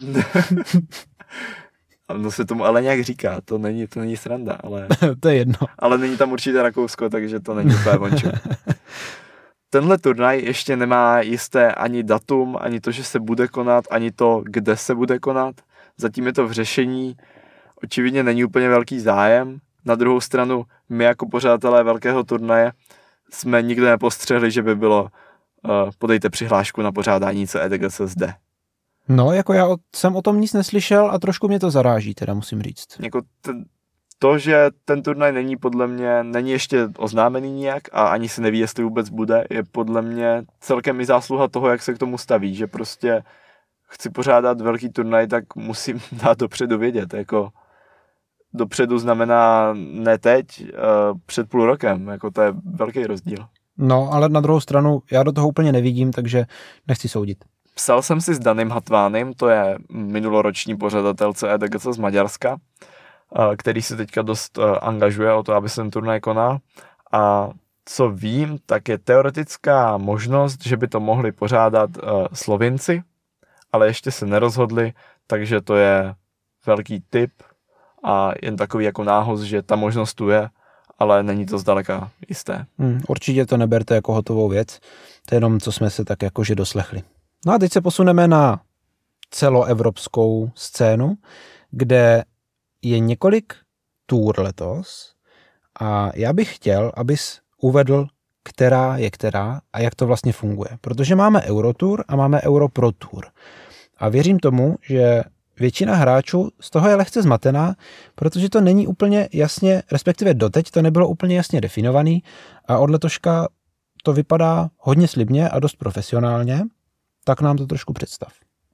No se tomu ale nějak říká, to není sranda, ale... To je jedno. Ale není tam určitě Rakousko, takže to není úplně vončo. Tenhle turnaj ještě nemá jisté ani datum, ani to, že se bude konat, ani to, kde se bude konat. Zatím je to v řešení. Očividně není úplně velký zájem. Na druhou stranu, my jako pořadatelé velkého turnaje jsme nikdy nepostřehli, že by bylo podejte přihlášku na pořádání EDGC zde. No, jako já jsem o tom nic neslyšel a trošku mě to zaráží, teda musím říct. Jako To, že ten turnaj není ještě oznámený nijak a ani se neví, jestli vůbec bude, je podle mě celkem i zásluha toho, jak se k tomu staví, že prostě chci pořádat velký turnaj, tak musím dát dopředu vědět, jako dopředu znamená ne teď, před půl rokem, jako to je velký rozdíl. No, ale na druhou stranu já do toho úplně nevidím, takže nechci soudit. Psal jsem si s Danem Hatvánem, to je minuloroční pořadatel CEDGC z Maďarska, který se teďka dost angažuje o to, aby se ten turnaj konal. A co vím, tak je teoretická možnost, že by to mohli pořádat Slovinci, ale ještě se nerozhodli, takže to je velký tip a jen takový jako nához, že ta možnost tu je, ale není to zdaleka jisté. Určitě to neberte jako hotovou věc, to je jenom, co jsme se tak jakože doslechli. No a teď se posuneme na celoevropskou scénu, kde je několik tour letos a já bych chtěl, abys uvedl, která je která a jak to vlastně funguje. Protože máme Eurotour a máme Europro Tour. A věřím tomu, že většina hráčů z toho je lehce zmatená, protože to není úplně jasně, respektive doteď to nebylo úplně jasně definovaný a od letoška to vypadá hodně slibně a dost profesionálně, tak nám to trošku představ.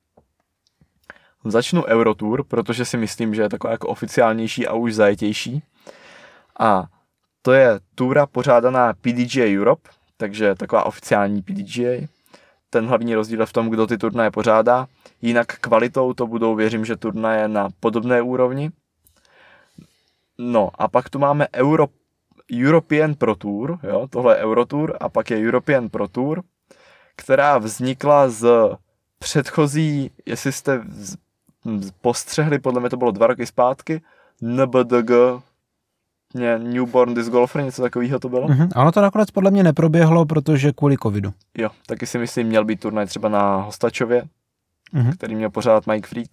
Začnu Eurotour, protože si myslím, že je taková jako oficiálnější a už zajetější. A to je túra pořádaná PDGA Europe, takže taková oficiální PDGA. Ten hlavní rozdíl je v tom, kdo ty turnaje pořádá. Jinak kvalitou to budou, věřím, že turnaje na podobné úrovni. No a pak tu máme European Pro Tour, jo, tohle je Eurotour a pak je European Pro Tour, která vznikla z předchozí, jestli jste postřehli, podle mě to bylo 2 roky zpátky, NBDG, Newborn Disc Golfer, něco takového to bylo. A ono to nakonec podle mě neproběhlo, protože kvůli covidu. Jo, taky si myslím, měl být turnaj třeba na Hostačově, který měl pořádat Mike Fried.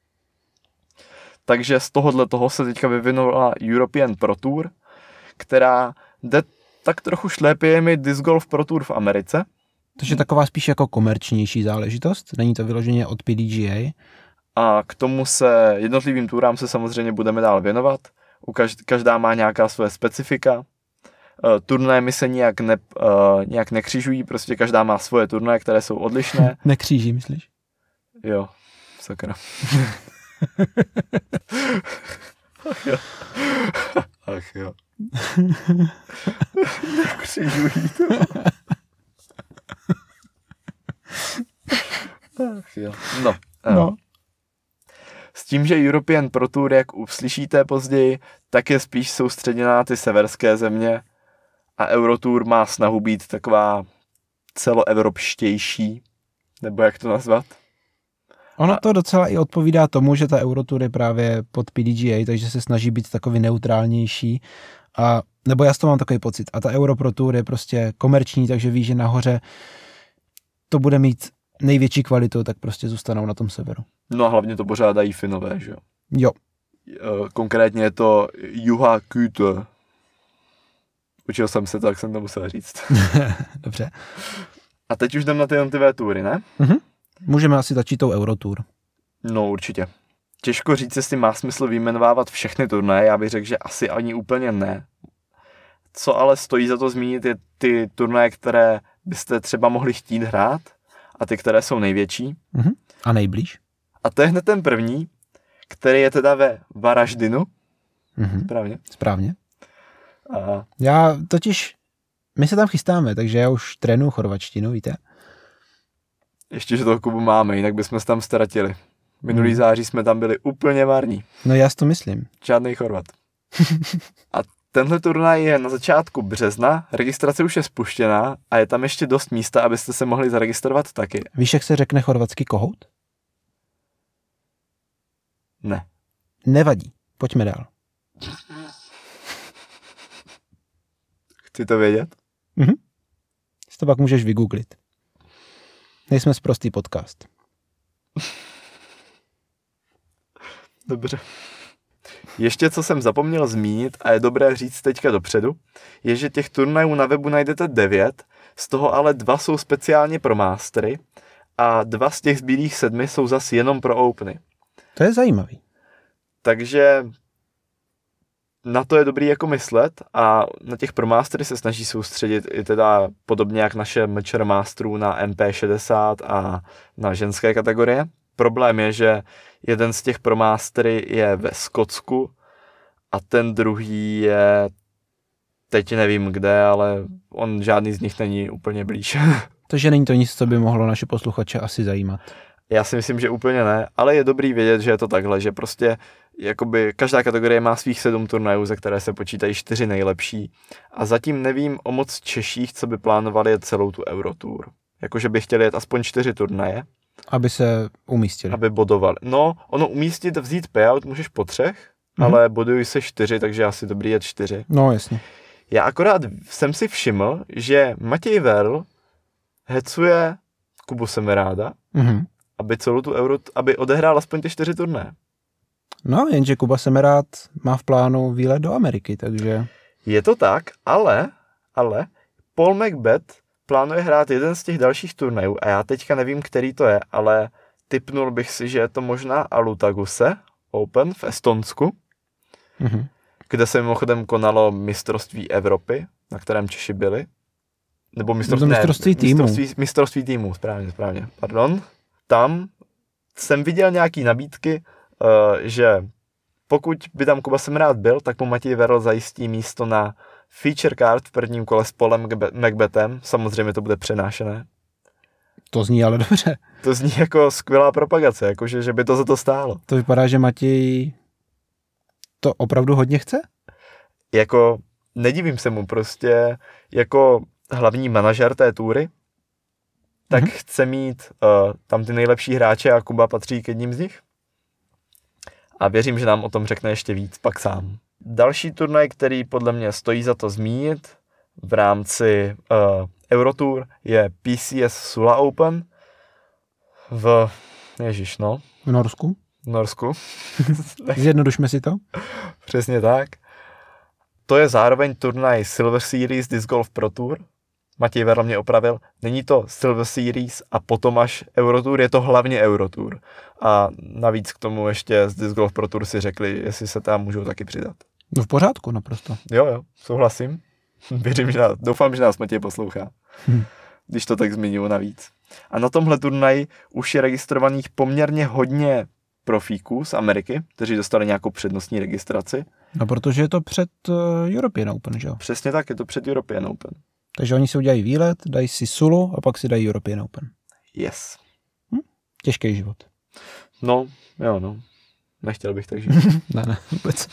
Takže z toho se teďka vyvinula European Pro Tour, která jde tak trochu šlépějemi Disc Golf Pro Tour v Americe. To je taková spíš jako komerčnější záležitost, není to vyloženě od PDGA. A k tomu jednotlivým turám se samozřejmě budeme dál věnovat. Každá má nějaká svoje specifika. Turnaje mi se nějak nekřižují, prostě každá má svoje turnaje, které jsou odlišné. Nekříží, myslíš? Jo, sakra. Ach jo. Nekřižují to. Ach jo. No. S tím, že European Pro Tour, jak uslyšíte později, tak je spíš soustředěná na ty severské země a Eurotour má snahu být taková celoevropštější, nebo jak to nazvat? Ono to docela i odpovídá tomu, že ta Eurotour je právě pod PDGA, takže se snaží být takový neutrálnější. Nebo já z toho mám takový pocit. A ta Europro Tour je prostě komerční, takže ví, že nahoře to bude mít největší kvalitu, tak prostě zůstanou na tom severu. No a hlavně to pořádají Finové, že jo? Jo. Konkrétně je to Juha Kytö. Učil jsem se, tak jsem to musel říct. Dobře. A teď už jdem na ty jednotlivé tury, ne? Můžeme asi začít tou Eurotour. No určitě. Těžko říct, jestli má smysl vyjmenovávat všechny turnaje, já bych řekl, že asi ani úplně ne. Co ale stojí za to zmínit, je ty turnaje, které byste třeba mohli chtít hrát a ty, které jsou největší. A nejblíž. A to je hned ten první, který je teda ve Varaždinu. Správně. My se tam chystáme, takže já už trénuju chorvačtinu, víte? Ještě, že toho Kubu máme, jinak bychom se tam ztratili. Minulý září jsme tam byli úplně marní. No já si to myslím. Žádnej Chorvat. A tenhle turnaj je na začátku března, registrace už je spuštěná a je tam ještě dost místa, abyste se mohli zaregistrovat taky. Víš, jak se řekne chorvatský kohout? Ne. Nevadí, pojďme dál. Chci to vědět? Si to pak můžeš vygooglit. Nejsme sprostý podcast. Dobře. Ještě co jsem zapomněl zmínit a je dobré říct teďka dopředu, je, že těch turnajů na webu najdete 9, z toho ale 2 jsou speciálně pro mastery a 2 z těch zbylých 7 jsou zase jenom pro openy. To je zajímavý. Takže na to je dobrý jako myslet a na těch Pro Mastery se snaží soustředit i teda podobně jak naše Mature Masterů na MP60 a na ženské kategorie. Problém je, že jeden z těch Pro Mastery je ve Skotsku a ten druhý je, teď nevím kde, ale on žádný z nich není úplně blíž. Takže není to nic, co by mohlo naše posluchače asi zajímat. Já si myslím, že úplně ne, ale je dobrý vědět, že je to takhle, že prostě jakoby každá kategorie má svých 7 turnajů, ze které se počítají 4 nejlepší a zatím nevím o moc Češích, co by plánovali jet celou tu Eurotour. Jakože by chtěli jet aspoň 4 turnaje. Aby se umístili. Aby bodovali. No, ono umístit, vzít payout můžeš po 3, ale bodují se 4, takže asi dobrý jet 4. No, jasně. Já akorát jsem si všiml, že Matěj Verl hecuje Kubu Semeráda, aby celou tu aby odehrál aspoň ty 4 turnaje. No, jenže Kuba Semerád má v plánu výlet do Ameriky, takže... Je to tak, ale Paul Macbeth plánuje hrát jeden z těch dalších turnajů a já teďka nevím, který to je, ale tipnul bych si, že je to možná Alutaguse Open v Estonsku, kde se mimochodem konalo mistrovství Evropy, na kterém Češi byli. Nebo mistrovství týmů, správně, pardon. Tam jsem viděl nějaký nabídky, že pokud by tam Kuba Semerád byl, tak mu Matěj Verl zajistí místo na feature card v prvním kole s Paulem Macbethem. Samozřejmě to bude přenášené. To zní ale dobře. To zní jako skvělá propagace, jakože že by to za to stálo. To vypadá, že Matěj to opravdu hodně chce? Jako nedivím se mu, prostě jako hlavní manažer té túry, tak chce mít tam ty nejlepší hráče a Kuba patří k jedním z nich. A věřím, že nám o tom řekne ještě víc pak sám. Další turnaj, který podle mě stojí za to zmínit v rámci Eurotour, je PCS Sula Open v Norsku. Zjednodušme si to. Přesně tak. To je zároveň turnaj Silver Series Disc Golf Pro Tour. Matěj Verl mě opravil. Není to Silver Series a potom až Eurotour, je to hlavně Eurotour. A navíc k tomu ještě z Disc Golf Pro Tour si řekli, jestli se tam můžou taky přidat. No v pořádku, naprosto. Jo, souhlasím. Doufám, že nás Matěj poslouchá. Když to tak zmiňuji navíc. A na tomhle turnaji už je registrovaných poměrně hodně profíků z Ameriky, kteří dostali nějakou přednostní registraci. No protože je to před European Open, že jo? Přesně tak, je to před European Open. Takže oni si udělají výlet, dají si Sulu a pak si dají European Open. Yes. Těžký život. No. Nechtěl bych tak žít. ne, vůbec.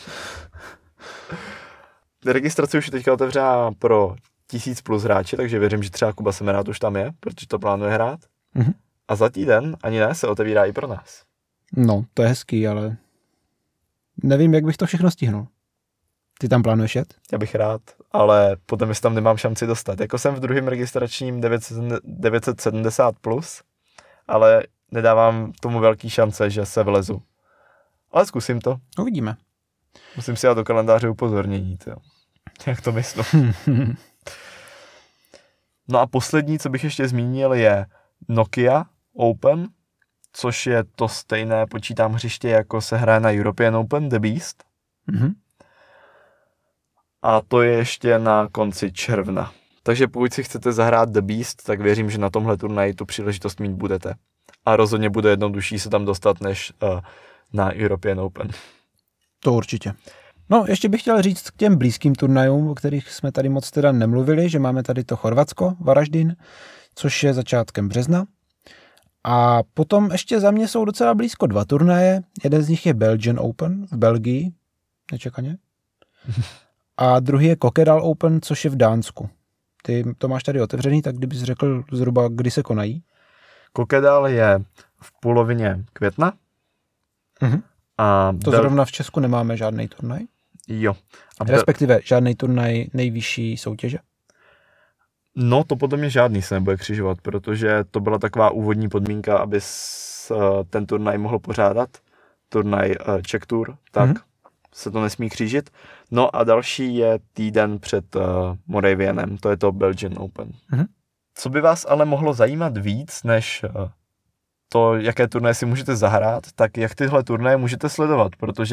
Registrace už je teďka otevřená pro 1000+ hráči, takže věřím, že třeba Kuba Semerád už tam je, protože to plánuje hrát. A za týden, ani ne, se otevírá i pro nás. No, to je hezký, ale nevím, jak bych to všechno stihnul. Ty tam plánuješ jet? Já bych rád, ale potom jestli tam nemám šanci dostat. Jako jsem v druhém registračním 970+, ale nedávám tomu velký šance, že se vlezu. Ale zkusím to. Uvidíme. Musím si dát do kalendáře upozornění. Tyjo. Jak to myslím? No a poslední, co bych ještě zmínil, je Nokia Open, což je to stejné, počítám hřiště, jako se hraje na European Open, The Beast. A to je ještě na konci června. Takže pokud si chcete zahrát The Beast, tak věřím, že na tomhle turnaji tu příležitost mít budete. A rozhodně bude jednodušší se tam dostat, než na European Open. To určitě. No, ještě bych chtěl říct k těm blízkým turnajům, o kterých jsme tady moc teda nemluvili, že máme tady to Chorvatsko, Varaždin, což je začátkem března. A potom ještě za mě jsou docela blízko 2 turnaje. Jeden z nich je Belgian Open v Belgii, nečekaně. A druhý je Kokkedal Open, což je v Dánsku. Ty to máš tady otevřený, tak kdybys řekl zhruba, kdy se konají. Kokkedal je v polovině května. A to zrovna v Česku nemáme žádný turnaj? Jo. Respektive žádný turnaj nejvyšší soutěže? No, to podle mě žádný se nebude křižovat, protože to byla taková úvodní podmínka, aby ten turnaj mohl pořádat. Turnaj Czech Tour, tak se to nesmí křížit. No a další je týden před Moravianem, to je to Belgian Open. Co by vás ale mohlo zajímat víc, než to, jaké turnaje si můžete zahrát, tak jak tyhle turnaje můžete sledovat, protože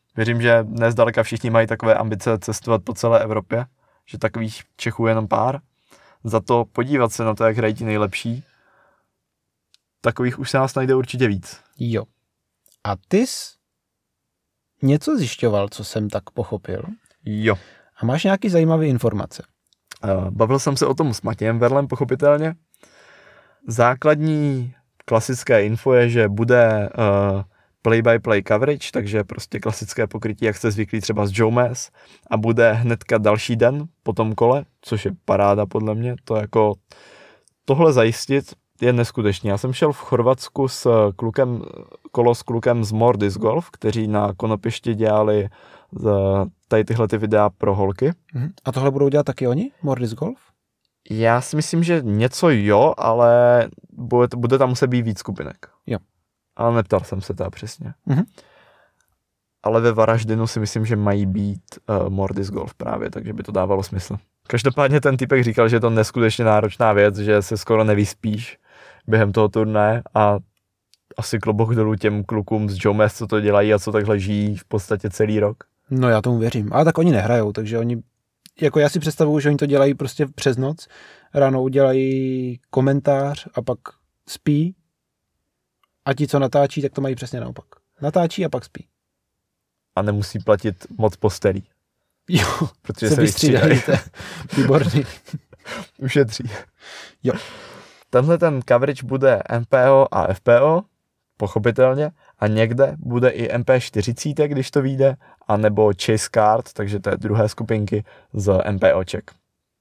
Věřím, že dnes zdaleka všichni mají takové ambice cestovat po celé Evropě, že takových Čechů je jenom pár. Za to podívat se na to, jak hrají ti nejlepší, takových už se nás najde určitě víc. Jo. A ty jsi něco zjišťoval, co jsem tak pochopil? Jo. A máš nějaký zajímavé informace? Bavil jsem se o tom s Matějem Verlem, pochopitelně. Základní klasické info je, že bude play-by-play coverage, takže prostě klasické pokrytí, jak jste zvyklí třeba z Joe Mass, a bude hnedka další den po tom kole, což je paráda podle mě. To jako tohle zajistit je neskutečný. Já jsem šel v Chorvatsku s klukem z More Disc Golf, kteří na Konopišti dělali tady tyhle ty videa pro holky. A tohle budou dělat taky oni? More Disc Golf? Já si myslím, že něco jo, ale bude tam muset být víc skupinek. Jo. Ale neptal jsem se teda přesně. Ale ve Varaždinu si myslím, že mají být More Disc Golf právě, takže by to dávalo smysl. Každopádně ten typek říkal, že je to neskutečně náročná věc, že se skoro nevyspíš během toho turnaje a asi klobouk dolů těm klukům z Joe Mass, co to dělají a co takhle žijí v podstatě celý rok. No já tomu věřím, ale tak oni nehrajou, takže oni, jako já si představuju, že oni to dělají prostě přes noc, ráno udělají komentář a pak spí a ti, co natáčí, tak to mají přesně naopak. Natáčí a pak spí. A nemusí platit moc postelí. Jo, protože se vystřídají. Výborný. Ušetří. Jo. Tenhle ten coverage bude MPO a FPO, pochopitelně, a někde bude i MP40, když to vyjde, anebo Chase Card, takže to je druhé skupinky z MPOček.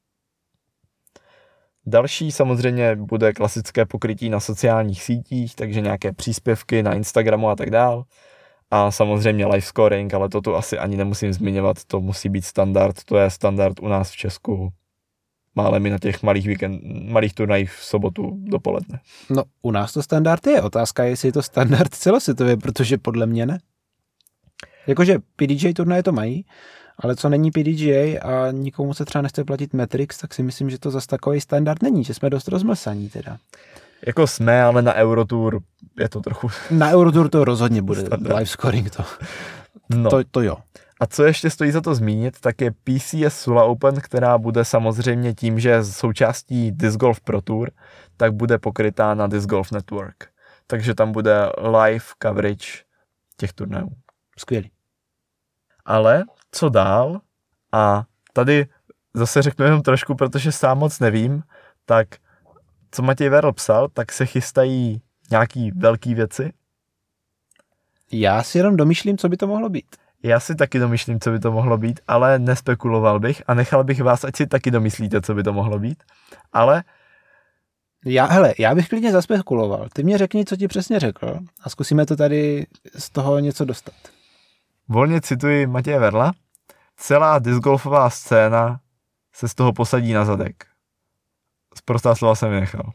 Další samozřejmě bude klasické pokrytí na sociálních sítích, takže nějaké příspěvky na Instagramu a tak dál. A samozřejmě live scoring, ale to tu asi ani nemusím zmiňovat, to musí být standard, to je standard u nás v Česku. Málem i na těch malých turnajích v sobotu dopoledne. No, u nás to standard je. Otázka je, jestli je to standard celosvětově, protože podle mě ne. Jakože PDGA turnaje to mají, ale co není PDGA a nikomu se třeba nechce platit Matrix, tak si myslím, že to zase takový standard není, že jsme dost rozmlsaní teda. Jako jsme, ale na Eurotour je to trochu... Na Eurotour to rozhodně bude, live scoring to. No. To jo. A co ještě stojí za to zmínit, tak je PCS Sula Open, která bude samozřejmě tím, že je součástí Disc Golf Pro Tour, tak bude pokrytá na Disc Golf Network. Takže tam bude live coverage těch turnajů. Skvělý. Ale co dál? A tady zase řeknu jenom trošku, protože sám moc nevím, tak co Matěj Verl psal, tak se chystají nějaký velký věci. Já si jenom domýšlím, co by to mohlo být. Já si taky domýšlím, co by to mohlo být, ale nespekuloval bych a nechal bych vás, ať si taky domyslíte, co by to mohlo být. Ale... Já bych klidně zaspekuloval. Ty mě řekni, co ti přesně řekl a zkusíme to tady z toho něco dostat. Volně cituji Matěje Verla. Celá discgolfová scéna se z toho posadí na zadek. Sprostá slova jsem vynechal.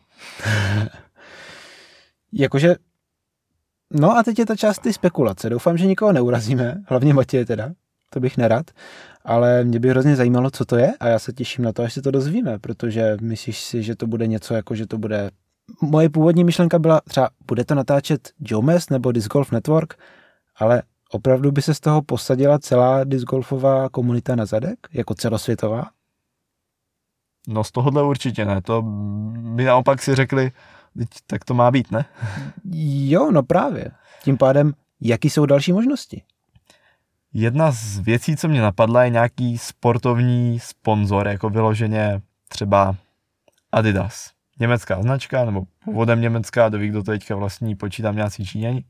Jakože... No a teď je ta část ty spekulace. Doufám, že nikoho neurazíme, hlavně Matěje teda, to bych nerad, ale mě by hrozně zajímalo, co to je a já se těším na to, až se to dozvíme, protože myslíš si, že to bude něco jako, že to bude... Moje původní myšlenka byla třeba, bude to natáčet Joe Mass nebo Disc Golf Network, ale opravdu by se z toho posadila celá discgolfová komunita na zadek, jako celosvětová? No z tohohle určitě ne, to by naopak si řekli, tak to má být, ne? Jo, no právě. Tím pádem, jaký jsou další možnosti? Jedna z věcí, co mě napadla, je nějaký sportovní sponzor, jako vyloženě třeba Adidas. Německá značka, nebo původem německá, kdo ví, kdo to teďka vlastní, počítám nějací Číňani.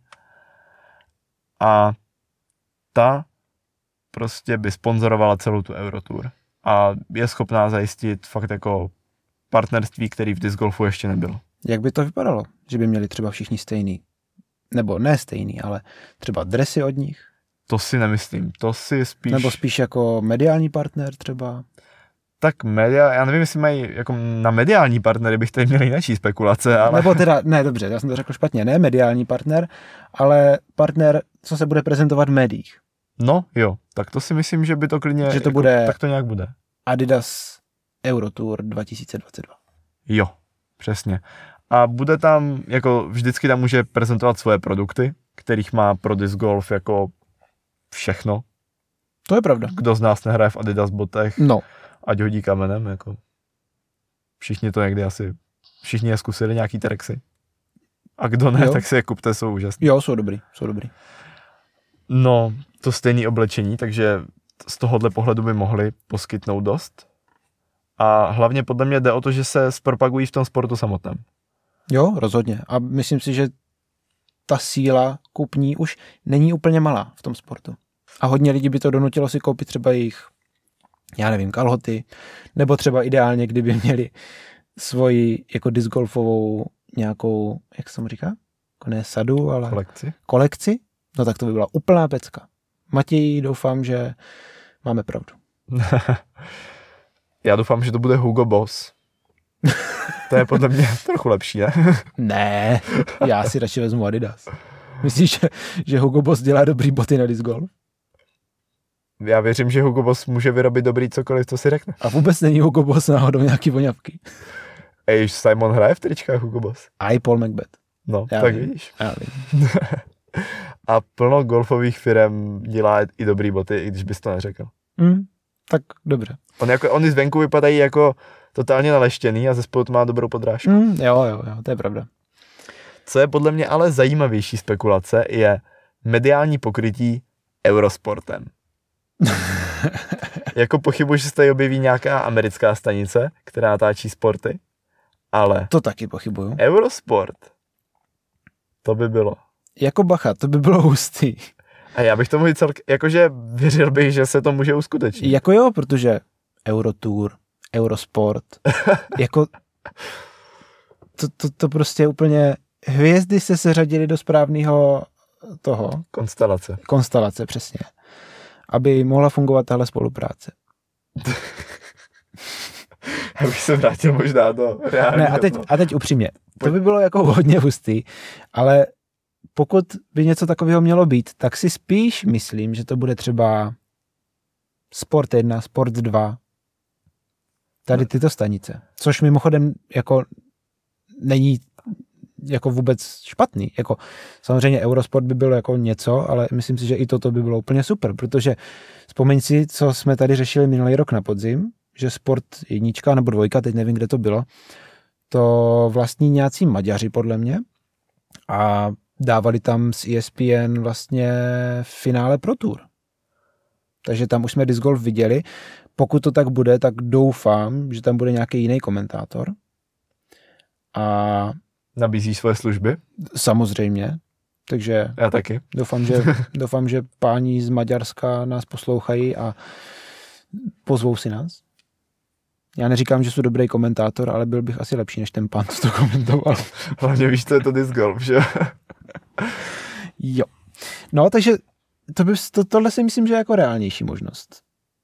A ta prostě by sponzorovala celou tu Eurotour. A je schopná zajistit fakt jako partnerství, který v disc golfu ještě nebylo. Jak by to vypadalo? Že by měli třeba všichni stejný? Nebo ne stejný, ale třeba dresy od nich? To si nemyslím. To si spíš... Nebo spíš jako mediální partner třeba? Tak já nevím, jestli mají jako na mediální partnery bych tady měl jináčí spekulace, ale... Nebo teda, ne, dobře, já jsem to řekl špatně, ne mediální partner, ale partner, co se bude prezentovat v médiích. No jo, tak to si myslím, že by to klidně... Že to jako, bude... Tak to nějak bude. Adidas Eurotour 2022. Jo, přesně. A bude tam, jako vždycky tam může prezentovat svoje produkty, kterých má pro disc golf jako všechno. To je pravda. Kdo z nás nehraje v Adidas botech, No. ať hodí kamenem, jako všichni to někdy asi, všichni je zkusili nějaký Terexy. A kdo ne, tak si je kupte, jsou úžasný. Jo, jsou dobrý. No, to stejné oblečení, takže z tohohle pohledu by mohli poskytnout dost. A hlavně podle mě jde o to, že se zpropagují v tom sportu samotném. Jo, rozhodně. A myslím si, že ta síla kupní už není úplně malá v tom sportu. A hodně lidí by to donutilo si koupit třeba jejich, já nevím, kalhoty, nebo třeba ideálně, kdyby měli svoji jako discgolfovou nějakou, jak se tomu říká? Jako ne sadu, ale kolekci. No tak to by byla úplná pecka. Matěj, doufám, že máme pravdu. Já doufám, že to bude Hugo Boss. To je podle mě trochu lepší, ne? Ne, já si radši vezmu Adidas. Myslíš, že Hugo Boss dělá dobrý boty na disc golf? Já věřím, že Hugo Boss může vyrobit dobrý cokoliv, co si řekne. A vůbec není Hugo Boss náhodou nějaký voňavky. Ej, Simon hraje v tričkách Hugo Boss. A i Paul Macbeth. No, já tak vím. vidíš. Já vím. A plno golfových firem dělá i dobrý boty, i když bys to neřekl. Tak dobře. Oni zvenku vypadají jako totálně naleštěný a ze spodu má dobrou podrážku. Jo, to je pravda. Co je podle mě ale zajímavější spekulace, je mediální pokrytí Eurosportem. Jako pochybuji, že se tady objeví nějaká americká stanice, která natáčí sporty, ale... To taky pochybuju. Eurosport. To by bylo. Jako bacha, to by bylo hustý. A já bych tomu jakože věřil bych, že se to může uskutečnit. Jako jo, protože Eurotour, Eurosport, jako to prostě úplně hvězdy se seřadily do správného toho. Konstelace, přesně. Aby mohla fungovat tahle spolupráce. Já bych se vrátil možná do reálního. Ne, a teď upřímně. To by bylo jako hodně hustý, ale pokud by něco takového mělo být, tak si spíš myslím, že to bude třeba Sport 1, Sport 2, tady tyto stanice. Což mimochodem jako není jako vůbec špatný. Jako, samozřejmě Eurosport by bylo jako něco, ale myslím si, že i toto by bylo úplně super, protože vzpomeň si, co jsme tady řešili minulý rok na podzim, že Sport 1 nebo 2, teď nevím, kde to bylo, to vlastní nějací Maďaři podle mě a dávali tam z ESPN vlastně finále Pro Tour. Takže tam už jsme disc golf viděli. Pokud to tak bude, tak doufám, že tam bude nějaký jiný komentátor. A nabízí svoje služby? Samozřejmě. Takže já taky. Doufám, že páni z Maďarska nás poslouchají a pozvou si nás. Já neříkám, že jsou dobrý komentátor, ale byl bych asi lepší než ten pán, co to komentoval. Hlavně víš, co je to disc golf, že? Jo. No, takže tohle si myslím, že je jako reálnější možnost.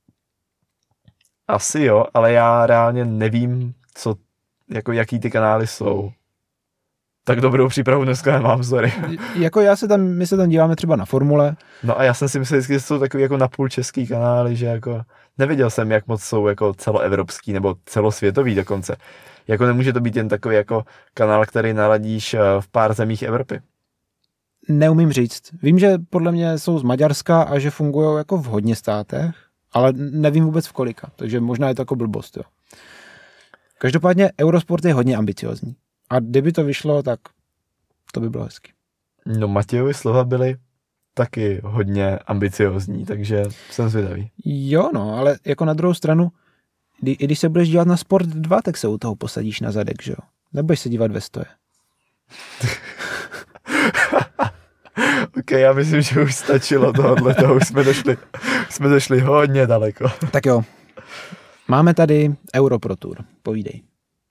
Asi jo, ale já reálně nevím, jaký ty kanály jsou. Tak dobrou přípravu dneska nemám, sorry. Jako my se tam díváme třeba na formule. No a já jsem si myslel, že jsou takový jako napůl český kanály, že jako nevěděl jsem, jak moc jsou jako celoevropský nebo celosvětový dokonce. Jako nemůže to být jen takový jako kanál, který naladíš v pár zemích Evropy. Neumím říct. Vím, že podle mě jsou z Maďarska a že fungují jako v hodně státech, ale nevím vůbec v kolika, takže možná je to jako blbost, jo. Každopádně Eurosport je hodně ambiciozní. A kdyby to vyšlo, tak to by bylo hezky. No Matějovi slova byly taky hodně ambiciozní, takže jsem zvědavý. Jo, no, ale jako na druhou stranu, i když se budeš dívat na Sport 2, tak se u toho posadíš na zadek, že jo? Nebudeš se dívat ve stoje. Ok, já myslím, že už stačilo tohle, toho už jsme došli hodně daleko. Tak jo, máme tady Euro Pro Tour, povídej.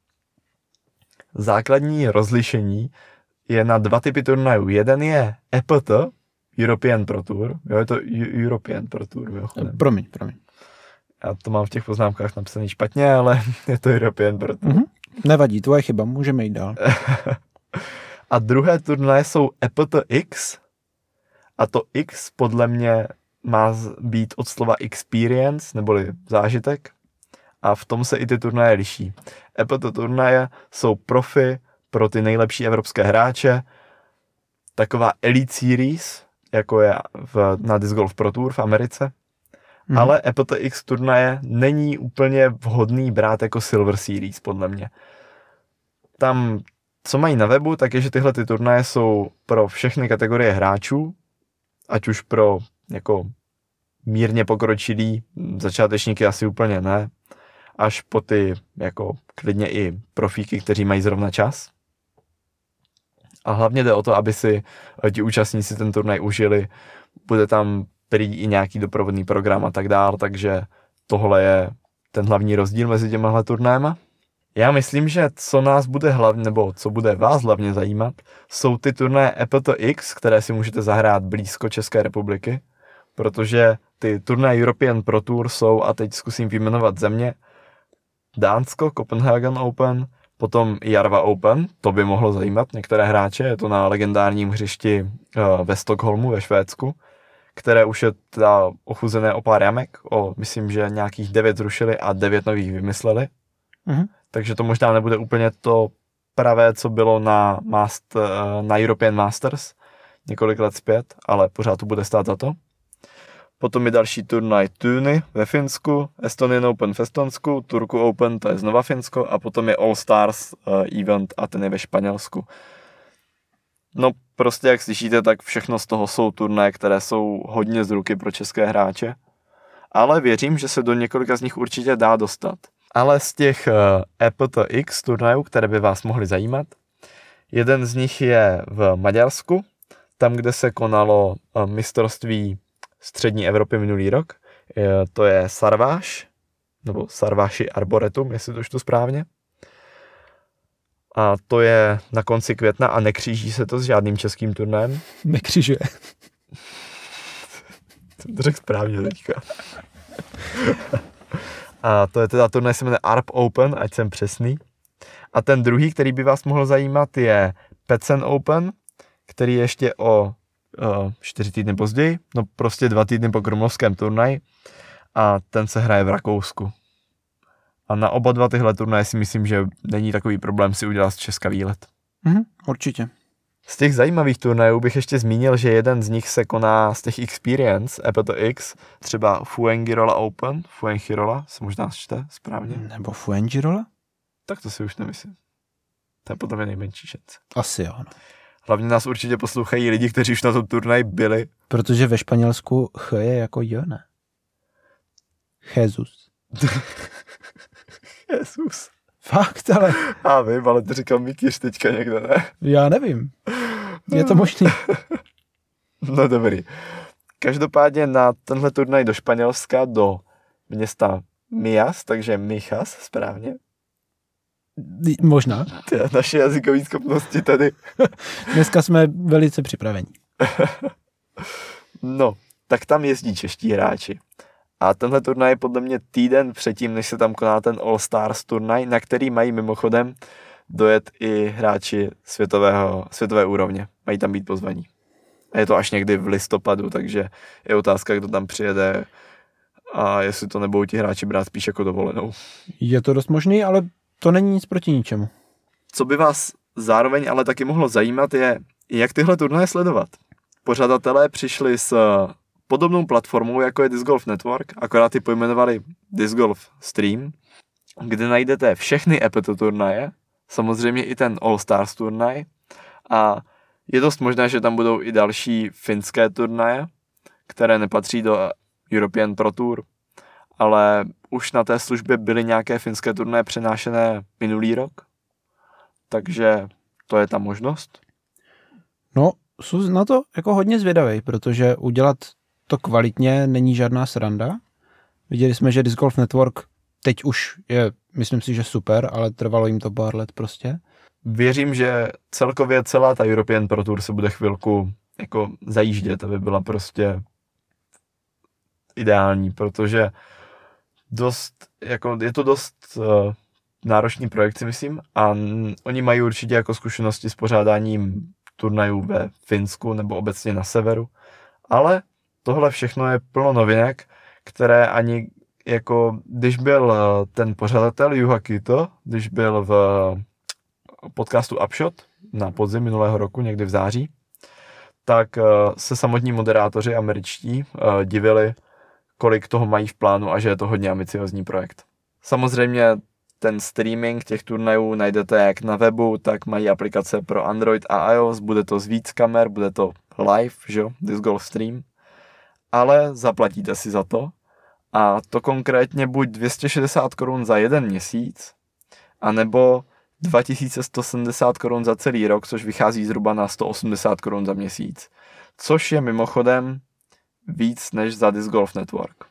Základní rozlišení je na 2 typy turnajů. Jeden je EPT, European Pro Tour. Jo, je to European Pro Tour. Jo, promiň. Já to mám v těch poznámkách napsaný špatně, ale je to European Pro Tour. Mm-hmm. Nevadí, tvoje chyba, můžeme jít dál. A druhé turnaje jsou EPT X. A to X podle mě má být od slova experience, neboli zážitek. A v tom se i ty turnaje liší. EPT turnaje jsou profi pro ty nejlepší evropské hráče. Taková Elite Series, jako je na Disc Golf Pro Tour v Americe, ale EPTX turnaje není úplně vhodný brát jako Silver Series, podle mě. Tam, co mají na webu, tak je, že tyhle ty turnaje jsou pro všechny kategorie hráčů, ať už pro jako mírně pokročilý, začátečníky asi úplně ne, až po ty jako klidně i profíky, kteří mají zrovna čas. A hlavně jde o to, aby si ti účastníci ten turnaj užili. Bude tam prý i nějaký doprovodný program a tak dál, takže tohle je ten hlavní rozdíl mezi těmahle turnéma. Já myslím, že co nás bude hlavně, nebo co bude vás hlavně zajímat, jsou ty turnaje EPTX, které si můžete zahrát blízko České republiky, protože ty turnaje European Pro Tour jsou, a teď zkusím vyjmenovat země, Dánsko, Copenhagen Open, potom Jarva Open, to by mohlo zajímat některé hráče, je to na legendárním hřišti ve Stockholmu ve Švédsku, které už je teda ochuzené o pár jamek, myslím, že nějakých 9 zrušili a 9 nových vymysleli. Takže to možná nebude úplně to pravé, co bylo na European Masters několik let zpět, ale pořád to bude stát za to. Potom je další turnaj Tuny ve Finsku, Estonian Open v Estonsku, Turku Open, to je znova Finsko, a potom je All Stars event a ten je ve Španělsku. No prostě jak slyšíte, tak všechno z toho jsou turnaje, které jsou hodně z ruky pro české hráče, ale věřím, že se do několika z nich určitě dá dostat. Ale z těch EPTX turnajů, které by vás mohly zajímat, jeden z nich je v Maďarsku, tam, kde se konalo mistrovství střední Evropy minulý rok. To je Sarváš, nebo Sarváši Arboretum, jestli to čtu správně. A to je na konci května a nekříží se to s žádným českým turnajem. Nekřižuje. Jsem to řekl správně teďka. A to je teda turnaj, se jmenuje ARP Open, ať jsem přesný. A ten druhý, který by vás mohl zajímat, je Pecen Open, který je ještě o 4 týdny později, no prostě 2 týdny po krumlovském turnaji, a ten se hraje v Rakousku. A na oba dva tyhle turnaje si myslím, že není takový problém si udělat z Česka výlet. Určitě. Z těch zajímavých turnajů bych ještě zmínil, že jeden z nich se koná z těch Experience, EPTX, třeba Fuengirola Open, Fuengirola, se možná čte správně. Nebo Fuengirola? Tak to si už nemyslím. To je potom nejmenší šance. Asi jo, no. Hlavně nás určitě poslouchají lidi, kteří už na tom turnaji byli. Protože ve Španělsku ch je jako jo, ne? Jesus. Jesus. Fakt, ale... Já vím, ale to říkal Mikyř teďka někde, ne? Já nevím. Je to možný. No dobrý. Každopádně na tenhle turnaj do Španělska, do města Mijas, takže Mijas, správně. Možná. Naše jazykové schopnosti tady. Dneska jsme velice připraveni. No, tak tam jezdí čeští hráči. A tenhle turnaj je podle mě týden předtím, než se tam koná ten All Stars turnaj, na který mají mimochodem dojet i hráči světové úrovně. Mají tam být pozvaní. A je to až někdy v listopadu, takže je otázka, kdo tam přijede a jestli to nebudou ti hráči brát spíš jako dovolenou. Je to dost možný, ale to není nic proti ničemu. Co by vás zároveň ale taky mohlo zajímat, je, jak tyhle turnaje sledovat. Pořadatelé přišli s podobnou platformou, jako je Disc Golf Network, akorát ji pojmenovali Disc Golf Stream, kde najdete všechny EPT turnaje, samozřejmě i ten All Stars turnaj, a je dost možné, že tam budou i další finské turnaje, které nepatří do European Pro Tour, ale už na té službě byly nějaké finské turnaje přenášené minulý rok, takže to je ta možnost. No, jsou na to jako hodně zvědavý, protože udělat to kvalitně není žádná sranda. Viděli jsme, že Disc Golf Network teď už je, myslím si, že super, ale trvalo jim to pár let prostě. Věřím, že celkově celá ta European Pro Tour se bude chvilku jako zajíždět, aby byla prostě ideální, protože je to dost náročný projekt, si myslím, a oni mají určitě jako zkušenosti s pořádáním turnajů ve Finsku nebo obecně na severu, ale tohle všechno je plno novinek, které ani jako, když byl ten pořadatel Juha Kito, když byl v podcastu Upshot na podzim minulého roku, někdy v září, tak se samotní moderátoři američtí divili, kolik toho mají v plánu a že je to hodně ambiciózní projekt. Samozřejmě ten streaming těch turnajů najdete jak na webu, tak mají aplikace pro Android a iOS, bude to z víc kamer, bude to live, že jo, Disc Golf Stream, ale zaplatíte si za to a to konkrétně buď 260 korun za jeden měsíc, anebo 2170 korun za celý rok, což vychází zhruba na 180 korun za měsíc, což je mimochodem víc než za Disc Golf Network.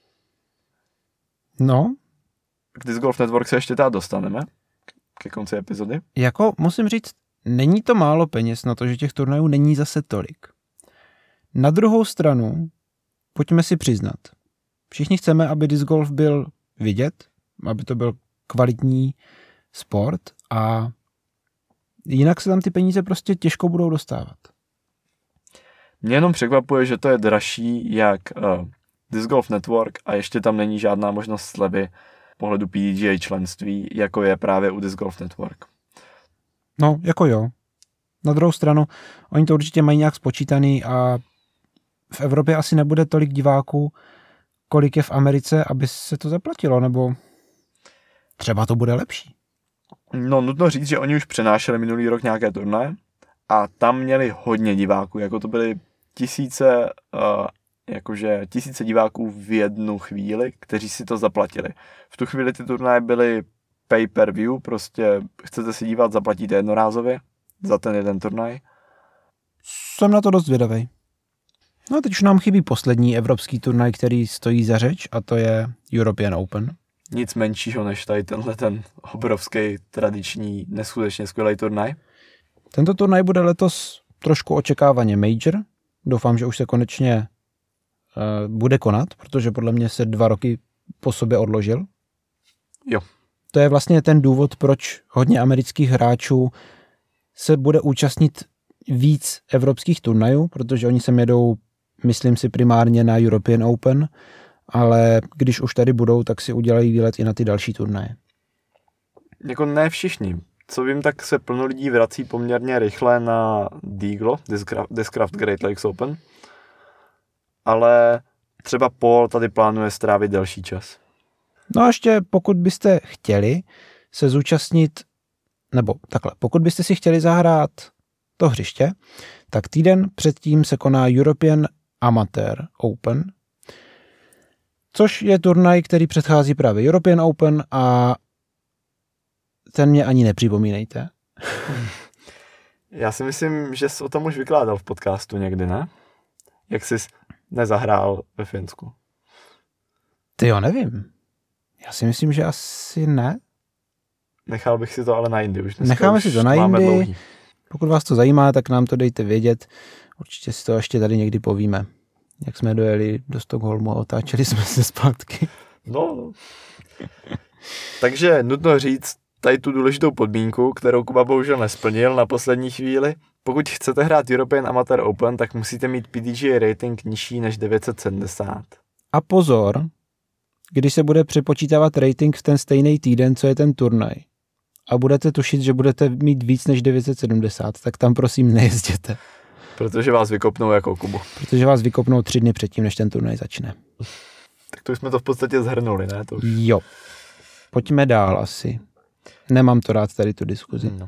No. K Disc Golf Network se ještě teda dostaneme ke konci epizody. Jako musím říct, není to málo peněz na to, že těch turnajů není zase tolik. Na druhou stranu, pojďme si přiznat, všichni chceme, aby disc golf byl vidět, aby to byl kvalitní sport a jinak se tam ty peníze prostě těžko budou dostávat. Mě jenom překvapuje, že to je dražší jak Disc Golf Network a ještě tam není žádná možnost slevy pohledu PDGA členství, jako je právě u Disc Golf Network. No, jako jo. Na druhou stranu, oni to určitě mají nějak spočítaný a v Evropě asi nebude tolik diváků, kolik je v Americe, aby se to zaplatilo, nebo třeba to bude lepší. No, nutno říct, že oni už přenášeli minulý rok nějaké turnaje a tam měli hodně diváků, jako to byly tisíce diváků v jednu chvíli, kteří si to zaplatili. V tu chvíli ty turnaje byly pay-per-view, prostě chcete si dívat, zaplatíte jednorázově za ten jeden turnaj. Jsem na to dost zvědavej. No a teď už nám chybí poslední evropský turnaj, který stojí za řeč, a to je European Open. Nic menšího než tady ten obrovský, tradiční, neskutečně skvělý turnaj. Tento turnaj bude letos trošku očekávaně major. Doufám, že už se konečně bude konat, protože podle mě se 2 roky po sobě odložil. Jo. To je vlastně ten důvod, proč hodně amerických hráčů se bude účastnit víc evropských turnajů, protože oni sem jedou, myslím si, primárně na European Open, ale když už tady budou, tak si udělají výlet i na ty další turnaje. Jako ne všichni. Co vím, tak se plno lidí vrací poměrně rychle na DGLO, Discraft Great Lakes Open, ale třeba Paul tady plánuje strávit delší čas. No a ještě pokud byste chtěli se zúčastnit, nebo takhle, pokud byste si chtěli zahrát to hřiště, tak týden předtím se koná European Amateur Open, což je turnaj, který předchází právě European Open a ten mě ani nepřipomínejte. Já si myslím, že jsi o tom už vykládal v podcastu někdy, ne? Jak jsi nezahrál ve Finsku. Ty jo, nevím. Já si myslím, že asi ne. Nechal bych si to ale na jindy. Už necháme si to na jindy. Pokud vás to zajímá, tak nám to dejte vědět. Určitě si to ještě tady někdy povíme. Jak jsme dojeli do Stockholmu a otáčeli jsme se zpátky. No. Takže nutno říct tady tu důležitou podmínku, kterou Kuba bohužel nesplnil na poslední chvíli. Pokud chcete hrát European Amateur Open, tak musíte mít PDGA rating nižší než 970. A pozor, když se bude přepočítávat rating v ten stejný týden, co je ten turnaj, a budete tušit, že budete mít víc než 970, tak tam prosím nejezděte. Protože vás vykopnou jako Kubu. Protože vás vykopnou 3 dny předtím, než ten turnaj začne. Tak to už jsme to v podstatě zhrnuli, ne? To už... Jo. Pojďme dál asi. Nemám to rád tady tu diskuzi. No.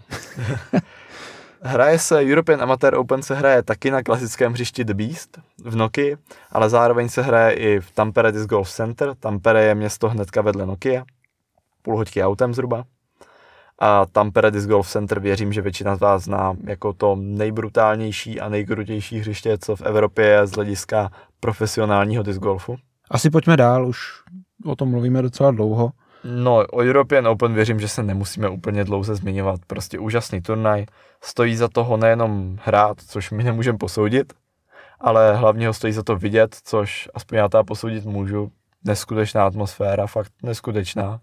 Hraje se European Amateur Open se hraje taky na klasickém hřišti The Beast v Nokii, ale zároveň se hraje i v Tampere Disc Golf Center. Tampere je město hnedka vedle Nokia, půl hoďky autem zhruba. A Tampere Disc Golf Center věřím, že většina z vás zná jako to nejbrutálnější a nejkrutější hřiště, co v Evropě je z hlediska profesionálního disc golfu. Asi pojďme dál, už o tom mluvíme docela dlouho. No, o European Open věřím, že se nemusíme úplně dlouze zmiňovat. Prostě úžasný turnaj. Stojí za toho nejenom hrát, což my nemůžeme posoudit, ale hlavně ho stojí za to vidět, což aspoň já teda posoudit můžu. Neskutečná atmosféra, fakt neskutečná.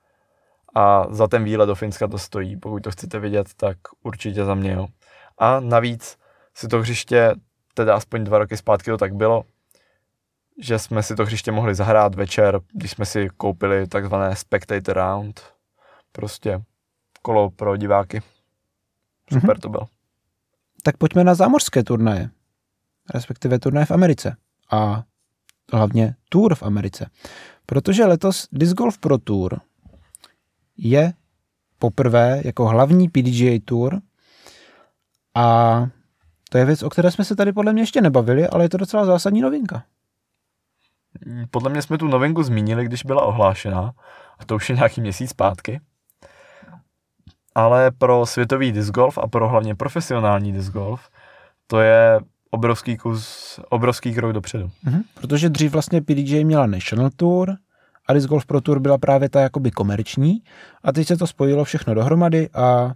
A za ten výlet do Finska to stojí. Pokud to chcete vidět, tak určitě za mě jo. A navíc si to hřiště, teda aspoň 2 roky zpátky to tak bylo, že jsme si to hřiště mohli zahrát večer, když jsme si koupili takzvané spectator round. Prostě kolo pro diváky. Super to bylo. Tak pojďme na zámořské turnaje. respektive turnaje v Americe a hlavně Tour v Americe. Protože letos Disc Golf Pro Tour je poprvé jako hlavní PDGA Tour a to je věc, o které jsme se tady podle mě ještě nebavili, ale je to docela zásadní novinka. Podle mě jsme tu novinku zmínili, když byla ohlášena, a to už je nějaký měsíc zpátky. Ale pro světový disc golf a pro hlavně profesionální disc golf to je obrovský krok dopředu. Protože dřív vlastně PDGA měla National Tour a Disc Golf Pro Tour byla právě ta jakoby komerční a teď se to spojilo všechno dohromady a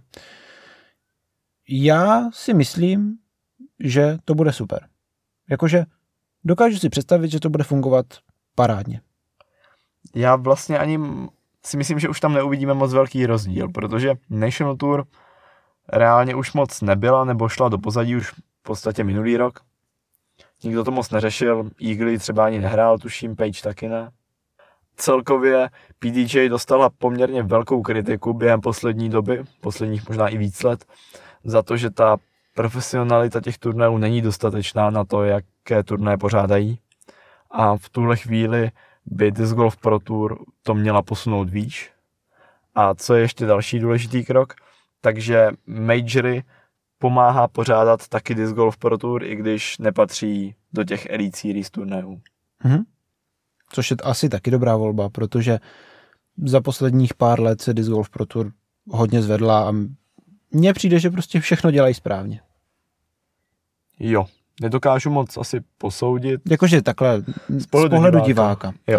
já si myslím, že to bude super. Jakože dokážu si představit, že to bude fungovat parádně. Já vlastně ani si myslím, že už tam neuvidíme moc velký rozdíl, protože National Tour reálně už moc nebyla, nebo šla do pozadí už v podstatě minulý rok. Nikdo to moc neřešil, Eagle třeba ani nehrál, tuším, Page taky ne. Celkově PDGA dostala poměrně velkou kritiku během poslední doby, posledních možná i víc let, za to, že ta profesionalita těch turnajů není dostatečná na to, jaké turnaje pořádají. A v tuhle chvíli by Disc Golf Pro Tour to měla posunout výš. A co je ještě další důležitý krok, takže majory pomáhá pořádat taky Disc Golf Pro Tour, i když nepatří do těch Elite Series turnajů. Což je asi taky dobrá volba, protože za posledních pár let se Disc Golf Pro Tour hodně zvedla a mně přijde, že prostě všechno dělají správně. Jo, nedokážu moc asi posoudit. Jakože takhle z pohledu diváka. Jo.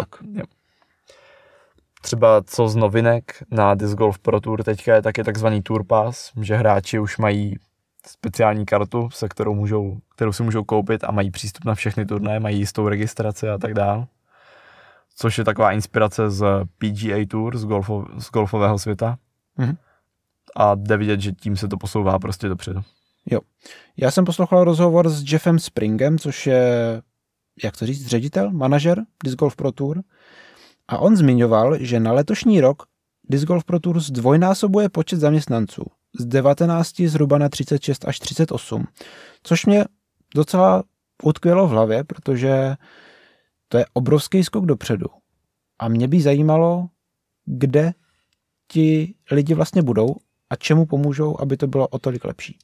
Třeba co z novinek na Disc Golf Pro Tour teďka je taky takzvaný Tour Pass, že hráči už mají speciální kartu, kterou si můžou koupit a mají přístup na všechny turnaje, mají jistou registraci a tak dále. Což je taková inspirace z PGA Tour, z golfového světa. A jde vidět, že tím se to posouvá prostě dopředu. Jo. Já jsem poslouchal rozhovor s Jeffem Springem, což je, jak to říct, ředitel, manažer Disc Golf Pro Tour. A on zmiňoval, že na letošní rok Disc Golf Pro Tour zdvojnásobuje počet zaměstnanců. Z 19 zhruba na 36 až 38. Což mě docela utkvělo v hlavě, protože to je obrovský skok dopředu. A mě by zajímalo, kde ti lidi vlastně budou a čemu pomůžou, aby to bylo o tolik lepší.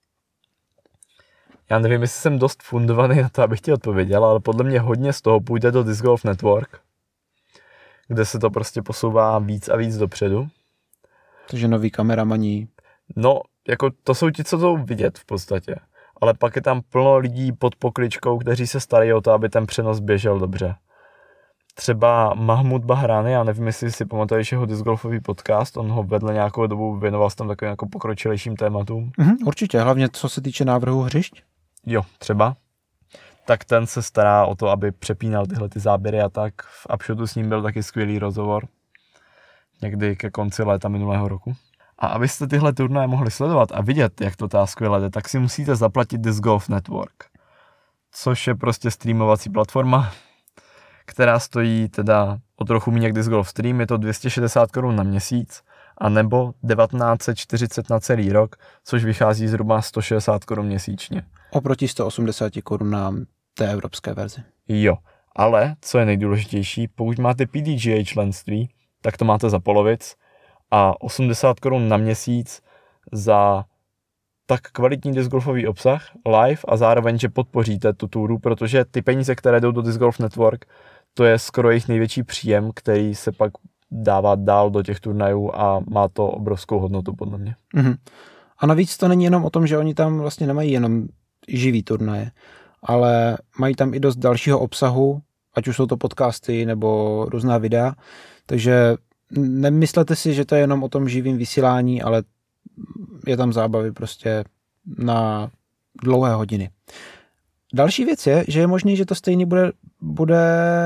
Já nevím, jestli jsem dost fundovaný na to, abych ti odpověděl, ale podle mě hodně z toho půjde do Disc Golf Network, kde se to prostě posouvá víc a víc dopředu. Takže noví kameramani. No, jako to jsou ti, co to vidět v podstatě. Ale pak je tam plno lidí pod pokličkou, kteří se starají o to, aby ten přenos běžel dobře. Třeba Mahmud Bahrani, já nevím, jestli si pamatuješ jeho discgolfový podcast, on ho vedle nějakou dobu věnoval se tam takovým jako pokročilejším tématům. Určitě, hlavně co se týče návrhu hřišť. Jo, třeba. Tak ten se stará o to, aby přepínal tyhle ty záběry a tak. V Upshotu s ním byl taky skvělý rozhovor. Někdy ke konci léta minulého roku. A abyste tyhle turnaje mohli sledovat a vidět, jak to tá skvěle jde, tak si musíte zaplatit Disc Golf Network. Což je prostě streamovací platforma, která stojí teda o trochu méně jak Disc Golf Stream, je to 260 Kč na měsíc, a nebo 1940 na celý rok, což vychází zhruba 160 Kč měsíčně. Oproti 180 Kč na té evropské verzi. Jo, ale co je nejdůležitější, pokud máte PDGA členství, tak to máte za polovic a 80 Kč na měsíc za tak kvalitní discgolfový obsah live a zároveň, že podpoříte tu túru, protože ty peníze, které jdou do Disc Golf Network, to je skoro jejich největší příjem, který se pak dává dál do těch turnajů a má to obrovskou hodnotu podle mě. A navíc to není jenom o tom, že oni tam vlastně nemají jenom živý turnaje, ale mají tam i dost dalšího obsahu, ať už jsou to podcasty nebo různá videa, takže nemyslete si, že to je jenom o tom živým vysílání, ale je tam zábavy prostě na dlouhé hodiny. Další věc je, že je možný, že to stejně bude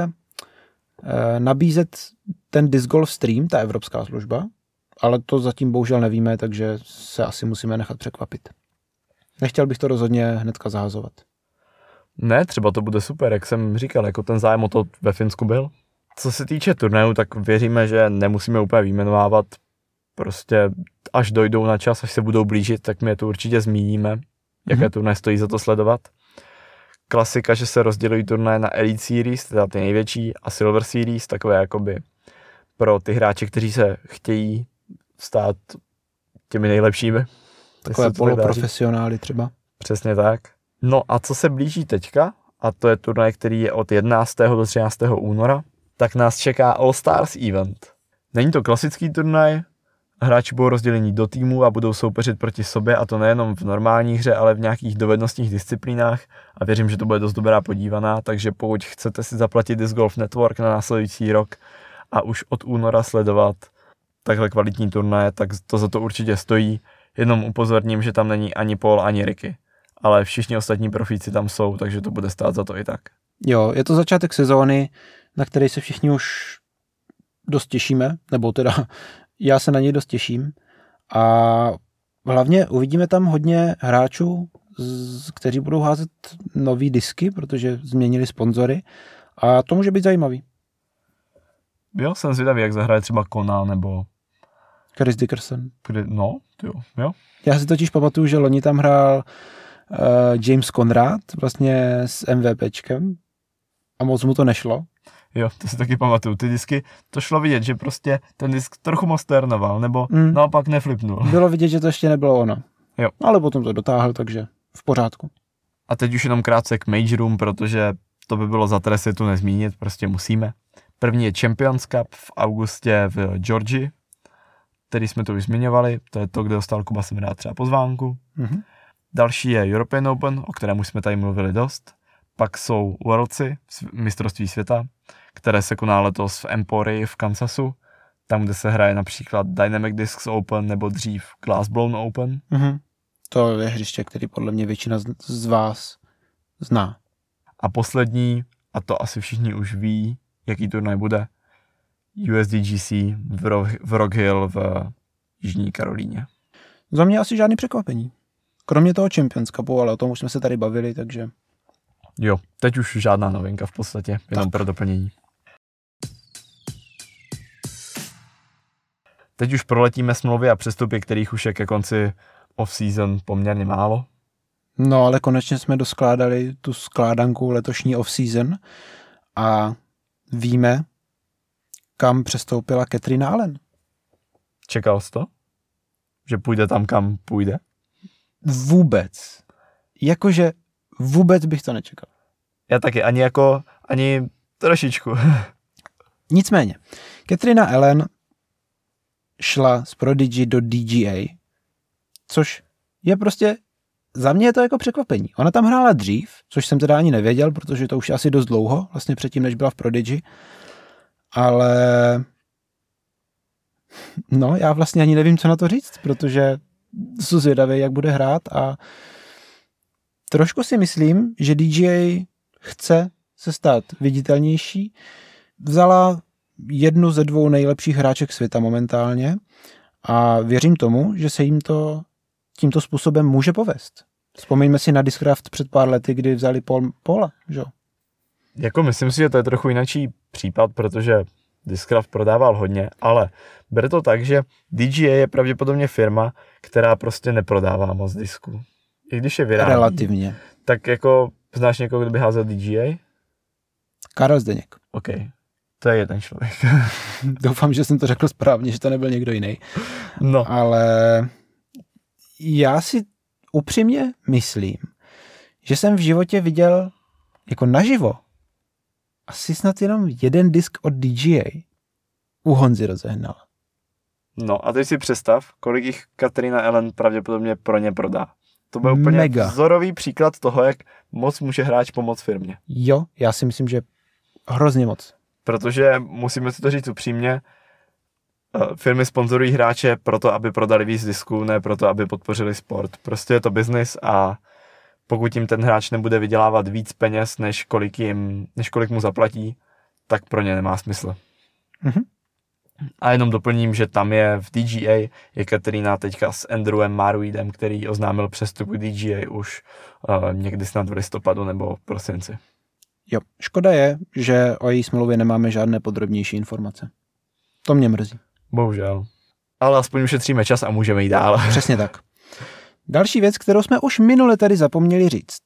nabízet ten Disc Golf Stream, ta evropská služba, ale to zatím bohužel nevíme, takže se asi musíme nechat překvapit. Nechtěl bych to rozhodně hnedka zahazovat. Ne, třeba to bude super, jak jsem říkal, jako ten zájem o to ve Finsku byl. Co se týče turnajů, tak věříme, že nemusíme úplně vyjmenovávat, prostě až dojdou na čas, až se budou blížit, tak my je to určitě zmíníme, jaké turnaje stojí za to sledovat. klasika, že se rozdělují turnaje na Elite Series, teda ty největší, a Silver Series, takové jakoby pro ty hráče, kteří se chtějí stát těmi nejlepšími. Takové poloprofesionály třeba. Přesně tak. No a co se blíží teďka, a to je turnaj, který je od 11. do 13. února, tak nás čeká All Stars Event. Není to klasický turnaj, hráči budou rozdělení do týmů a budou soupeřit proti sobě, a to nejenom v normální hře, ale v nějakých dovednostních disciplínách, a věřím, že to bude dost dobrá podívaná, takže pokud chcete si zaplatit Disc Golf Network na následující rok a už od února sledovat takhle kvalitní turnaje, tak to za to určitě stojí. Jenom upozorním, že tam není ani Paul, ani Ricky, ale všichni ostatní profíci tam jsou, takže to bude stát za to i tak. Jo, je to začátek sezóny, na který se všichni už dost těšíme, nebo teda já se na něj dost těším, a hlavně uvidíme tam hodně hráčů, kteří budou házet nový disky, protože změnili sponzory, a to může být zajímavý. Jo, jsem zvědavý, jak zahraje třeba Kona nebo Chris Dickerson. No, jo. Já si totiž pamatuju, že loni tam hrál James Conrad vlastně s MVPčkem a moc mu to nešlo. Jo, to si taky pamatuju. Ty disky, to šlo vidět, že prostě ten disk trochu moc turnoval, nebo naopak neflipnul. Bylo vidět, že to ještě nebylo ono. Jo. Ale potom to dotáhl, takže v pořádku. A teď už jenom krátce k Majorům, protože to by bylo za trest si tu nezmínit, prostě musíme. První je Champions Cup v augustě v Georgii, který jsme tu už zmiňovali, to je to, kde dostal Kuba Semerád třeba pozvánku. Mm-hmm. Další je European Open, o kterém už jsme tady mluvili dost. Pak jsou Worldsy, mistrovství světa, které se koná letos v Emporii v Kansasu, tam, kde se hraje například Dynamic Discs Open nebo dřív Glassblown Open. Mm-hmm. To je hřiště, který podle mě většina z vás zná. A poslední, a to asi všichni už ví, jaký turnaj bude, USDGC v Rock Hill v Jižní Karolíně. Za mě asi žádný překvapení. Kromě toho Champions Cupu, ale o tom už jsme se tady bavili, takže... Jo, teď už žádná novinka v podstatě, jenom pro doplnění. Teď už proletíme smlouvy a přestupy, kterých už je ke konci off-season poměrně málo. No, ale konečně jsme doskládali tu skládanku letošní off-season a víme, kam přestoupila Katrina Allen. Čekal jsi to? Že půjde tam, kam půjde? Vůbec. Jakože vůbec bych to nečekal. Já taky, ani trošičku. Nicméně, Katrina Allen šla z Prodigy do DGA, což je prostě, za mě je to jako překvapení. Ona tam hrála dřív, což jsem teda ani nevěděl, protože to už je asi dost dlouho, vlastně předtím, než byla v Prodigy, ale no, já vlastně ani nevím, co na to říct, protože jsem zvědavý, jak bude hrát, a trošku si myslím, že DGA chce se stát viditelnější. Vzala jednu ze dvou nejlepších hráček světa momentálně a věřím tomu, že se jim to tímto způsobem může povést. Vzpomeňme si na Discraft před pár lety, kdy vzali Paula, že jo? Jako myslím si, že to je trochu jináčí případ, protože Discraft prodával hodně, ale bere to tak, že DGA je pravděpodobně firma, která prostě neprodává moc disků. I když je vyrábí. Relativně. Tak jako znáš někoho, kdo by házel DGA? Karel Zdeněk. OK. To je jeden člověk. Doufám, že jsem to řekl správně, že to nebyl někdo jiný. No. Ale já si upřímně myslím, že jsem v životě viděl jako naživo asi snad jenom jeden disk od DGA u Honzy rozehnala. No a teď si představ, kolik jich Katrina Allen pravděpodobně pro ně prodá. To byl úplně vzorový příklad toho, jak moc může hráč pomoct firmě. Jo, já si myslím, že hrozně moc. Protože musíme si to říct upřímně, firmy sponzorují hráče proto, aby prodali víc disků, ne proto, aby podpořili sport. Prostě je to biznis a pokud jim ten hráč nebude vydělávat víc peněz, než kolik mu zaplatí, tak pro ně nemá smysl. Mhm. A jenom doplním, že tam je v DGA je Katrina teďka s Andrewem Marweedem, který oznámil přestup k DGA už někdy snad v listopadu nebo v prosinci. Jo, škoda je, že o její smlouvě nemáme žádné podrobnější informace. To mě mrzí. Bohužel. Ale aspoň ušetříme čas a můžeme jít dál. Přesně tak. Další věc, kterou jsme už minule tady zapomněli říct.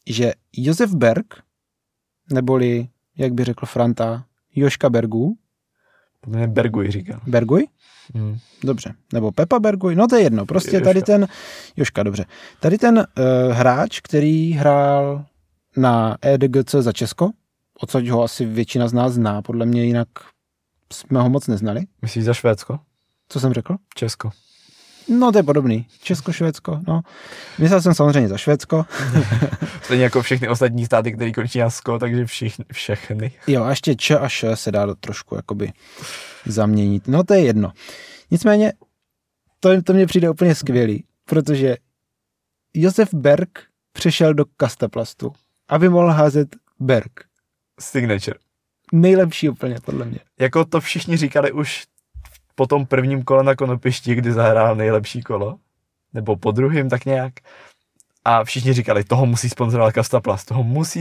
že Josef Berg, neboli, jak by řekl Franta, Joška Bergů. Podle mě Berguj říkal. Berguj? Dobře. Nebo Pepa Berguj, no to je jedno. Prostě tady ten, Joška, dobře. Tady ten hráč, který hrál na EDGC za Česko, odsaď ho asi většina z nás zná, podle mě jinak jsme ho moc neznali. Myslíš za Švédsko? Co jsem řekl? Česko. No to je podobný. Česko, Švédsko, no. Myslel jsem samozřejmě za Švédsko. Stejně jako všechny ostatní státy, které končí na sko, takže všechny. Jo, a ještě Č a Š se dá trošku jakoby zaměnit. No to je jedno. Nicméně to mně přijde úplně skvělý, protože Josef Berg přešel do Kastaplastu, aby mohl házet Berg. Signature. Nejlepší úplně, podle mě. Jako to všichni říkali už po tom prvním kole na Konopišti, kdy zahrál nejlepší kolo, nebo po druhém tak nějak. A všichni říkali, toho musí sponzorovat Kastaplast,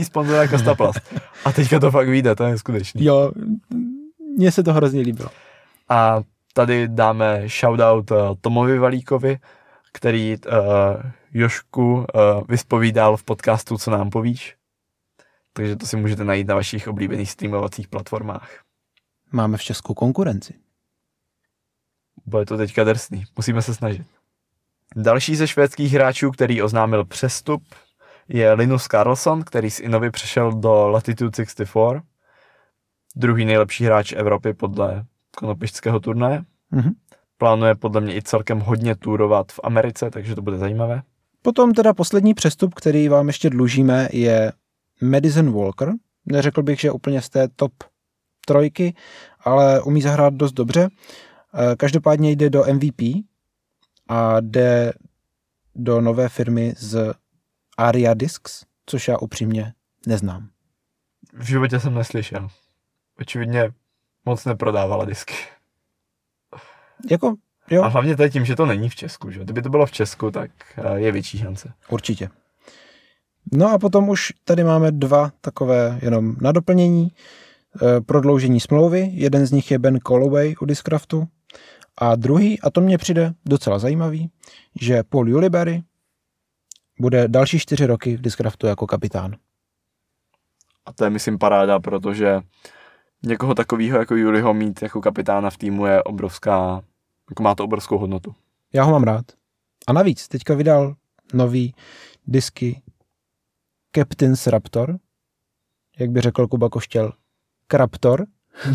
A teďka to fakt vyjde, to je skutečný. Jo, mně se to hrozně líbilo. A tady dáme shoutout Tomovi Valíkovi, který Jošku vyspovídal v podcastu Co nám povíš. Takže to si můžete najít na vašich oblíbených streamovacích platformách. Máme v Česku konkurenci. Bude to teďka drsný, musíme se snažit. Další ze švédských hráčů, který oznámil přestup, je Linus Karlsson, který z Inovy přešel do Latitude 64. Druhý nejlepší hráč Evropy podle konopišťského turnaje. Plánuje podle mě i celkem hodně turovat v Americe, takže to bude zajímavé. Potom teda poslední přestup, který vám ještě dlužíme, je Madison Walker. Neřekl bych, že úplně z té top trojky, ale umí zahrát dost dobře. Každopádně jde do MVP a jde do nové firmy z Aria Discs, což já upřímně neznám. V životě jsem neslyšel. Očividně moc neprodávala disky. Jako, jo. A hlavně to je tím, že to není v Česku, že? Kdyby to bylo v Česku, tak je větší šance. Určitě. No a potom už tady máme dva takové jenom na doplnění. Prodloužení smlouvy. Jeden z nich je Ben Calloway u Discraftu. A druhý, a to mně přijde docela zajímavý, že Paul Juliberry bude další 4 roky v Discraftu jako kapitán. A to je, myslím, paráda, protože někoho takového jako Juliho mít jako kapitána v týmu je obrovská, jako má to obrovskou hodnotu. Já ho mám rád. A navíc, teďka vydal nový disky Captain's Raptor, jak by řekl Kuba Koštěl, Kraptor.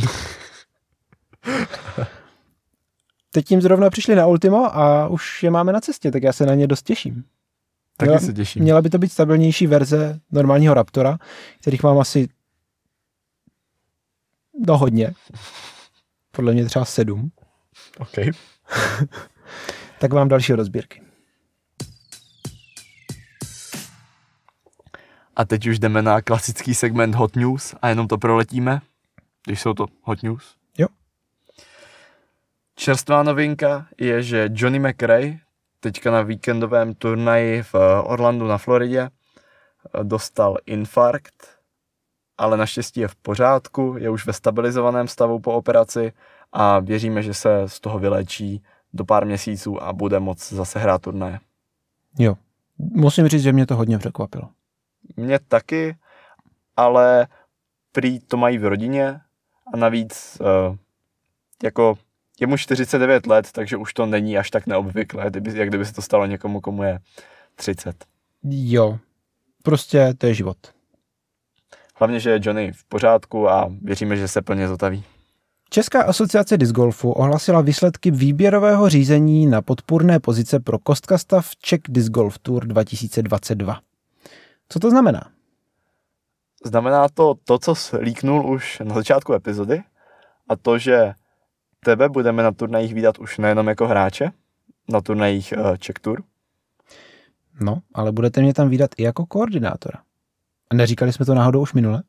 Teď tím zrovna přišli na Ultimo a už je máme na cestě, tak já se na ně dost těším. Taky se těším. Měla by to být stabilnější verze normálního Raptora, kterých mám asi hodně. Podle mě třeba 7. OK. Tak vám další rozbírky. A teď už jdeme na klasický segment Hot News a jenom to proletíme, když jsou to Hot News. Jo. Čerstvá novinka je, že Johnny McRae teďka na víkendovém turnaji v Orlandu na Floridě dostal infarkt, ale naštěstí je v pořádku, je už ve stabilizovaném stavu po operaci a věříme, že se z toho vyléčí do pár měsíců a bude moc zase hrát turnaje. Jo. Musím říct, že mě to hodně překvapilo. Mě taky, ale prý to mají v rodině a navíc jako je mu 49 let, takže už to není až tak neobvyklé, jak kdyby se to stalo někomu, komu je 30. Jo, prostě to je život. Hlavně, že je Johnny v pořádku a věříme, že se plně zotaví. Česká asociace discgolfu ohlasila výsledky výběrového řízení na podpůrné pozice pro Kostkastav Czech Disc Golf Tour 2022. Co to znamená? Znamená to, co líknul už na začátku epizody, a to, že tebe budeme na turnajích vídat už nejenom jako hráče, na turnajích Czech Tour. No, ale budete mě tam vídat i jako koordinátora. A neříkali jsme to náhodou už minule?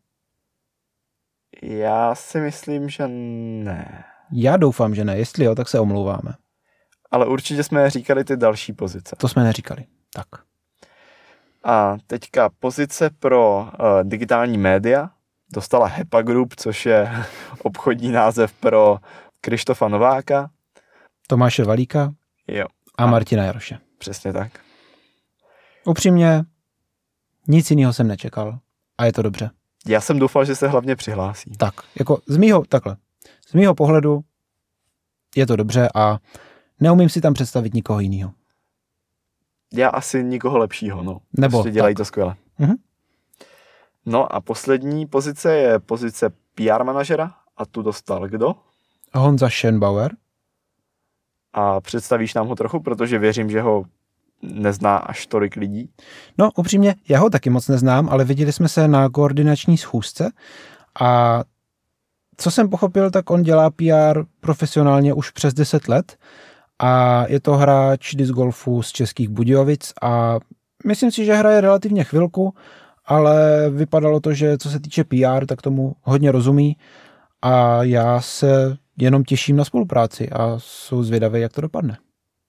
Já si myslím, že ne. Já doufám, že ne. Jestli jo, tak se omlouváme. Ale určitě jsme říkali ty další pozice. To jsme neříkali. Tak. A teďka pozice pro digitální média dostala HEPA Group, což je obchodní název pro Krištofa Nováka, Tomáše Valíka jo. A Martina Jaroše. Přesně tak. Upřímně, Nic jiného jsem nečekal. A je to dobře. Já jsem doufal, že se hlavně přihlásí. Tak, jako z mýho pohledu je to dobře a neumím si tam představit nikoho jiného. Já asi nikoho lepšího, no. Nebo prostě dělají to skvěle. Mhm. No a poslední pozice je pozice PR manažera a tu dostal kdo? Honza Schenbauer. A představíš nám ho trochu, protože věřím, že ho nezná až tolik lidí. No, upřímně, já ho taky moc neznám, ale viděli jsme se na koordinační schůzce a co jsem pochopil, tak on dělá PR profesionálně už přes 10 let a je to hráč disc golfu z Českých Budějovic a myslím si, že hraje relativně chvilku, ale vypadalo to, že co se týče PR, tak tomu hodně rozumí a já se jenom těším na spolupráci a jsou zvědavý, jak to dopadne.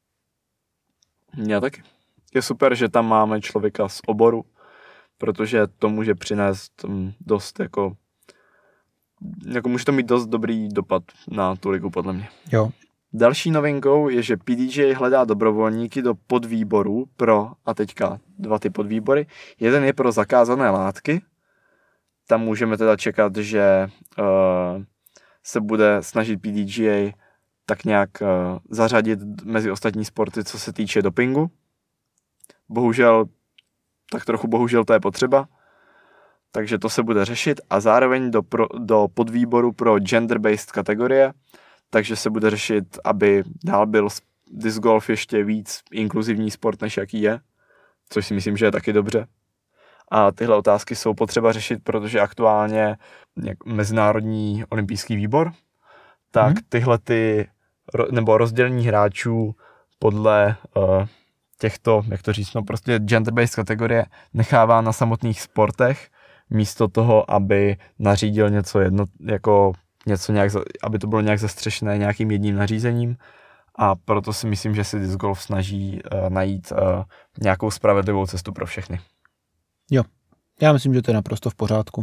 Já taky. Je super, že tam máme člověka z oboru, protože to může přinést dost jako může to mít dost dobrý dopad na tu ligu, podle mě. Jo. Další novinkou je, že PDGA hledá dobrovolníky do podvýborů pro, a teďka 2 ty podvýbory. Jeden je pro zakázané látky. Tam můžeme teda čekat, že se bude snažit PDGA tak nějak zařadit mezi ostatní sporty, co se týče dopingu. Bohužel to je potřeba. Takže to se bude řešit a zároveň do podvýboru pro gender-based kategorie, takže se bude řešit, aby dál byl disc golf ještě víc inkluzivní sport, než jaký je, což si myslím, že je taky dobře. A tyhle otázky jsou potřeba řešit, protože aktuálně Mezinárodní olympijský výbor, tak tyhle nebo rozdělení hráčů podle těchto, jak to říct, no prostě gender-based kategorie nechává na samotných sportech, místo toho, aby nařídil něco aby to bylo nějak zastřešené nějakým jedním nařízením a proto si myslím, že si disc golf snaží najít nějakou spravedlivou cestu pro všechny. Jo, já myslím, že to je naprosto v pořádku.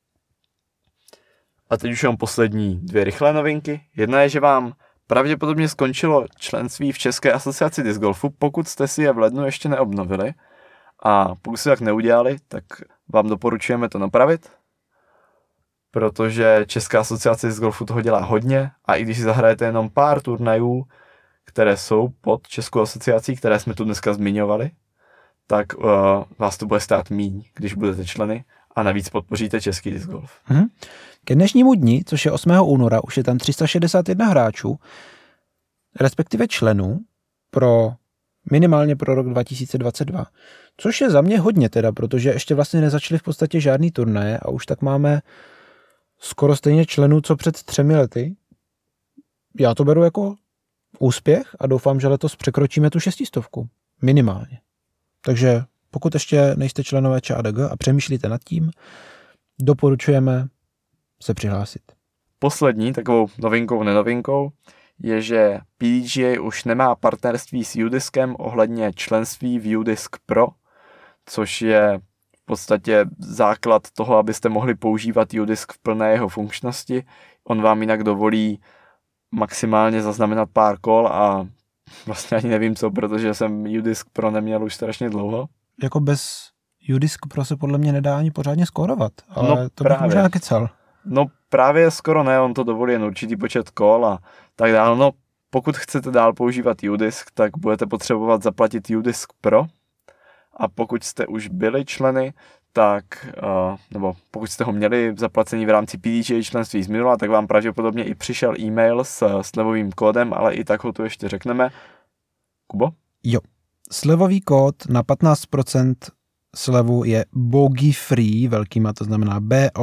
A teď už mám poslední 2 rychlé novinky. Jedna je, že vám pravděpodobně skončilo členství v České asociaci disc golfu, pokud jste si je v lednu ještě neobnovili. A pokud jste tak neudělali, tak vám doporučujeme to napravit, protože Česká asociace disc golfu toho dělá hodně a i když si zahrajete jenom pár turnajů, které jsou pod Českou asociací, které jsme tu dneska zmiňovali, tak vás to bude stát míň, když budete členy a navíc podpoříte český disc golf. Ke dnešnímu dni, což je 8. února, už je tam 361 hráčů, respektive členů minimálně pro rok 2022. Což je za mě hodně teda, protože ještě vlastně nezačaly v podstatě žádný turnaje a už tak máme skoro stejně členů, co před 3 lety. Já to beru jako úspěch a doufám, že letos překročíme tu 600. Minimálně. Takže pokud ještě nejste členové ČADG a přemýšlíte nad tím, doporučujeme se přihlásit. Poslední takovou novinkou je, že PDGA už nemá partnerství s UDiscem ohledně členství v UDisc Pro, což je v podstatě základ toho, abyste mohli používat UDisc v plné jeho funkčnosti. On vám jinak dovolí maximálně zaznamenat pár kol a vlastně ani nevím co, protože jsem UDisc Pro neměl už strašně dlouho. Jako bez UDisc Pro se podle mě nedá ani pořádně skórovat, ale no, to bych možná kecal. No právě skoro ne, on to dovolí jen určitý počet kol a tak dále. No pokud chcete dál používat UDisc, tak budete potřebovat zaplatit UDisc Pro a pokud jste už byli členy, tak, nebo pokud jste ho měli zaplacený v rámci PDGA členství z minula, tak vám pravděpodobně i přišel e-mail s slevovým kódem, ale i tak ho tu ještě řekneme. Kubo? Jo. Slevový kód na 15% slevu je Bogey Free, velkýma, to znamená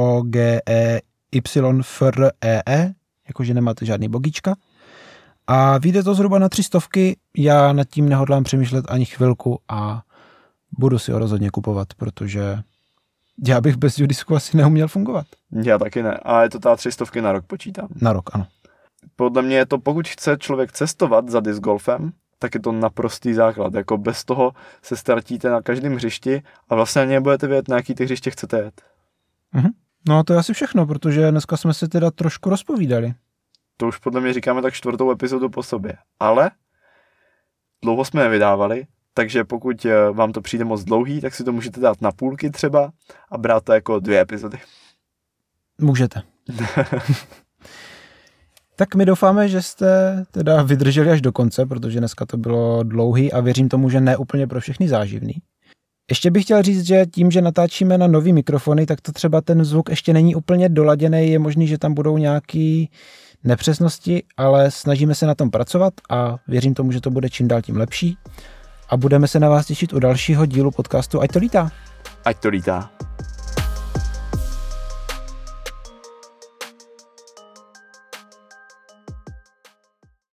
BOGEYFREE, jakože nemáte žádný bogička. A vyjde to zhruba na 300, já nad tím nehodlám přemýšlet ani chvilku a budu si ho rozhodně kupovat, protože já bych bez UDiscu asi neuměl fungovat. Já taky ne, a je to ta 300 na rok, počítám. Na rok, ano. Podle mě je to, pokud chce člověk cestovat za disc golfem, tak je to naprostý základ. Jako bez toho se ztratíte na každém hřišti a vlastně ani nebudete vědět, na jaký ty hřiště chcete jet. No a to je asi všechno, protože dneska jsme se teda trošku rozpovídali. To už podle mě říkáme tak 4. epizodu po sobě. Ale dlouho jsme nevydávali, takže pokud vám to přijde moc dlouhý, tak si to můžete dát na půlky třeba a brát to jako 2 epizody. Můžete. Tak my doufáme, že jste teda vydrželi až do konce, protože dneska to bylo dlouhý a věřím tomu, že ne úplně pro všechny záživný. Ještě bych chtěl říct, že tím, že natáčíme na nový mikrofony, tak to třeba ten zvuk ještě není úplně doladěný, je možný, že tam budou nějaký nepřesnosti, ale snažíme se na tom pracovat a věřím tomu, že to bude čím dál tím lepší a budeme se na vás těšit u dalšího dílu podcastu Ať to lítá. Ať to lítá.